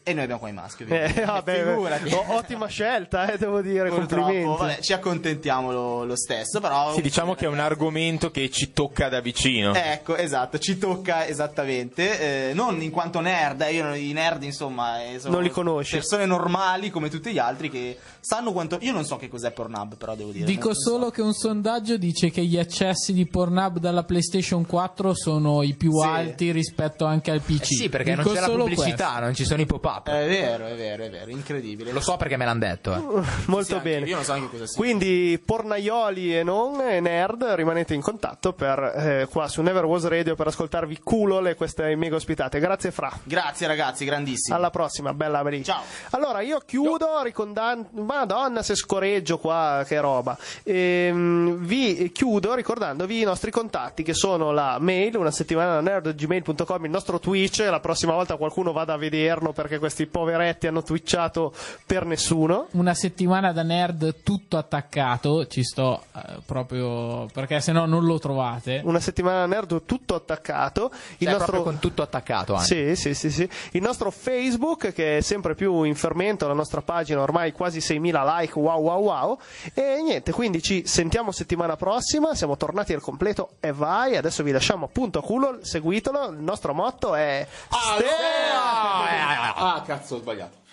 E noi abbiamo qua i maschi. Ottima scelta, devo dire, complimenti. Vabbè, ci accontentiamo lo stesso, però... Sì, diciamo che è un argomento che ci tocca da vicino. Ecco, esatto, ci tocca esattamente. Non in quanto nerd, io i nerd, insomma, sono non li conosci. Persone normali come tutti gli altri che sanno quanto... Io non so che cos'è Pornhub, però devo dire. Dico solo che un sondaggio dice che gli accessi di Pornhub dalla PlayStation 4 sono i più alti rispetto anche al PC. Sì, perché Dico non c'è la pubblicità, questo. non ci sono i pop-up. È vero, incredibile. Lo so perché me l'hanno detto. Molto bene. Io non so anche cosa sia. Quindi pornaioli e non nerd, rimanete in contatto per qua su Never Was Radio per ascoltarvi Culole, queste mega ospitate. Grazie Fra. Grazie ragazzi, grandissimi. Alla prossima, bella Bri. Ciao. Allora io chiudo Madonna se scoreggio qua, che roba. Vi chiudo ricordandovi i nostri contatti, che sono la mail una settimana nerd@gmail.com, il nostro Twitch, la prossima volta qualcuno vada a vederlo perché questi poveretti hanno twitchato per nessuno. Una settimana da nerd tutto attaccato, ci sto proprio perché se no non lo trovate. Una settimana nerd tutto attaccato, il nostro proprio con tutto attaccato anche. Sì. Il nostro Facebook, che è sempre più in fermento, la nostra pagina ormai quasi 6.000 like, wow. E niente, quindi ci sentiamo settimana prossima, siamo tornati al completo e vai, adesso vi lasciamo appunto a culo, seguitelo, il nostro motto è cazzo, ho sbagliato.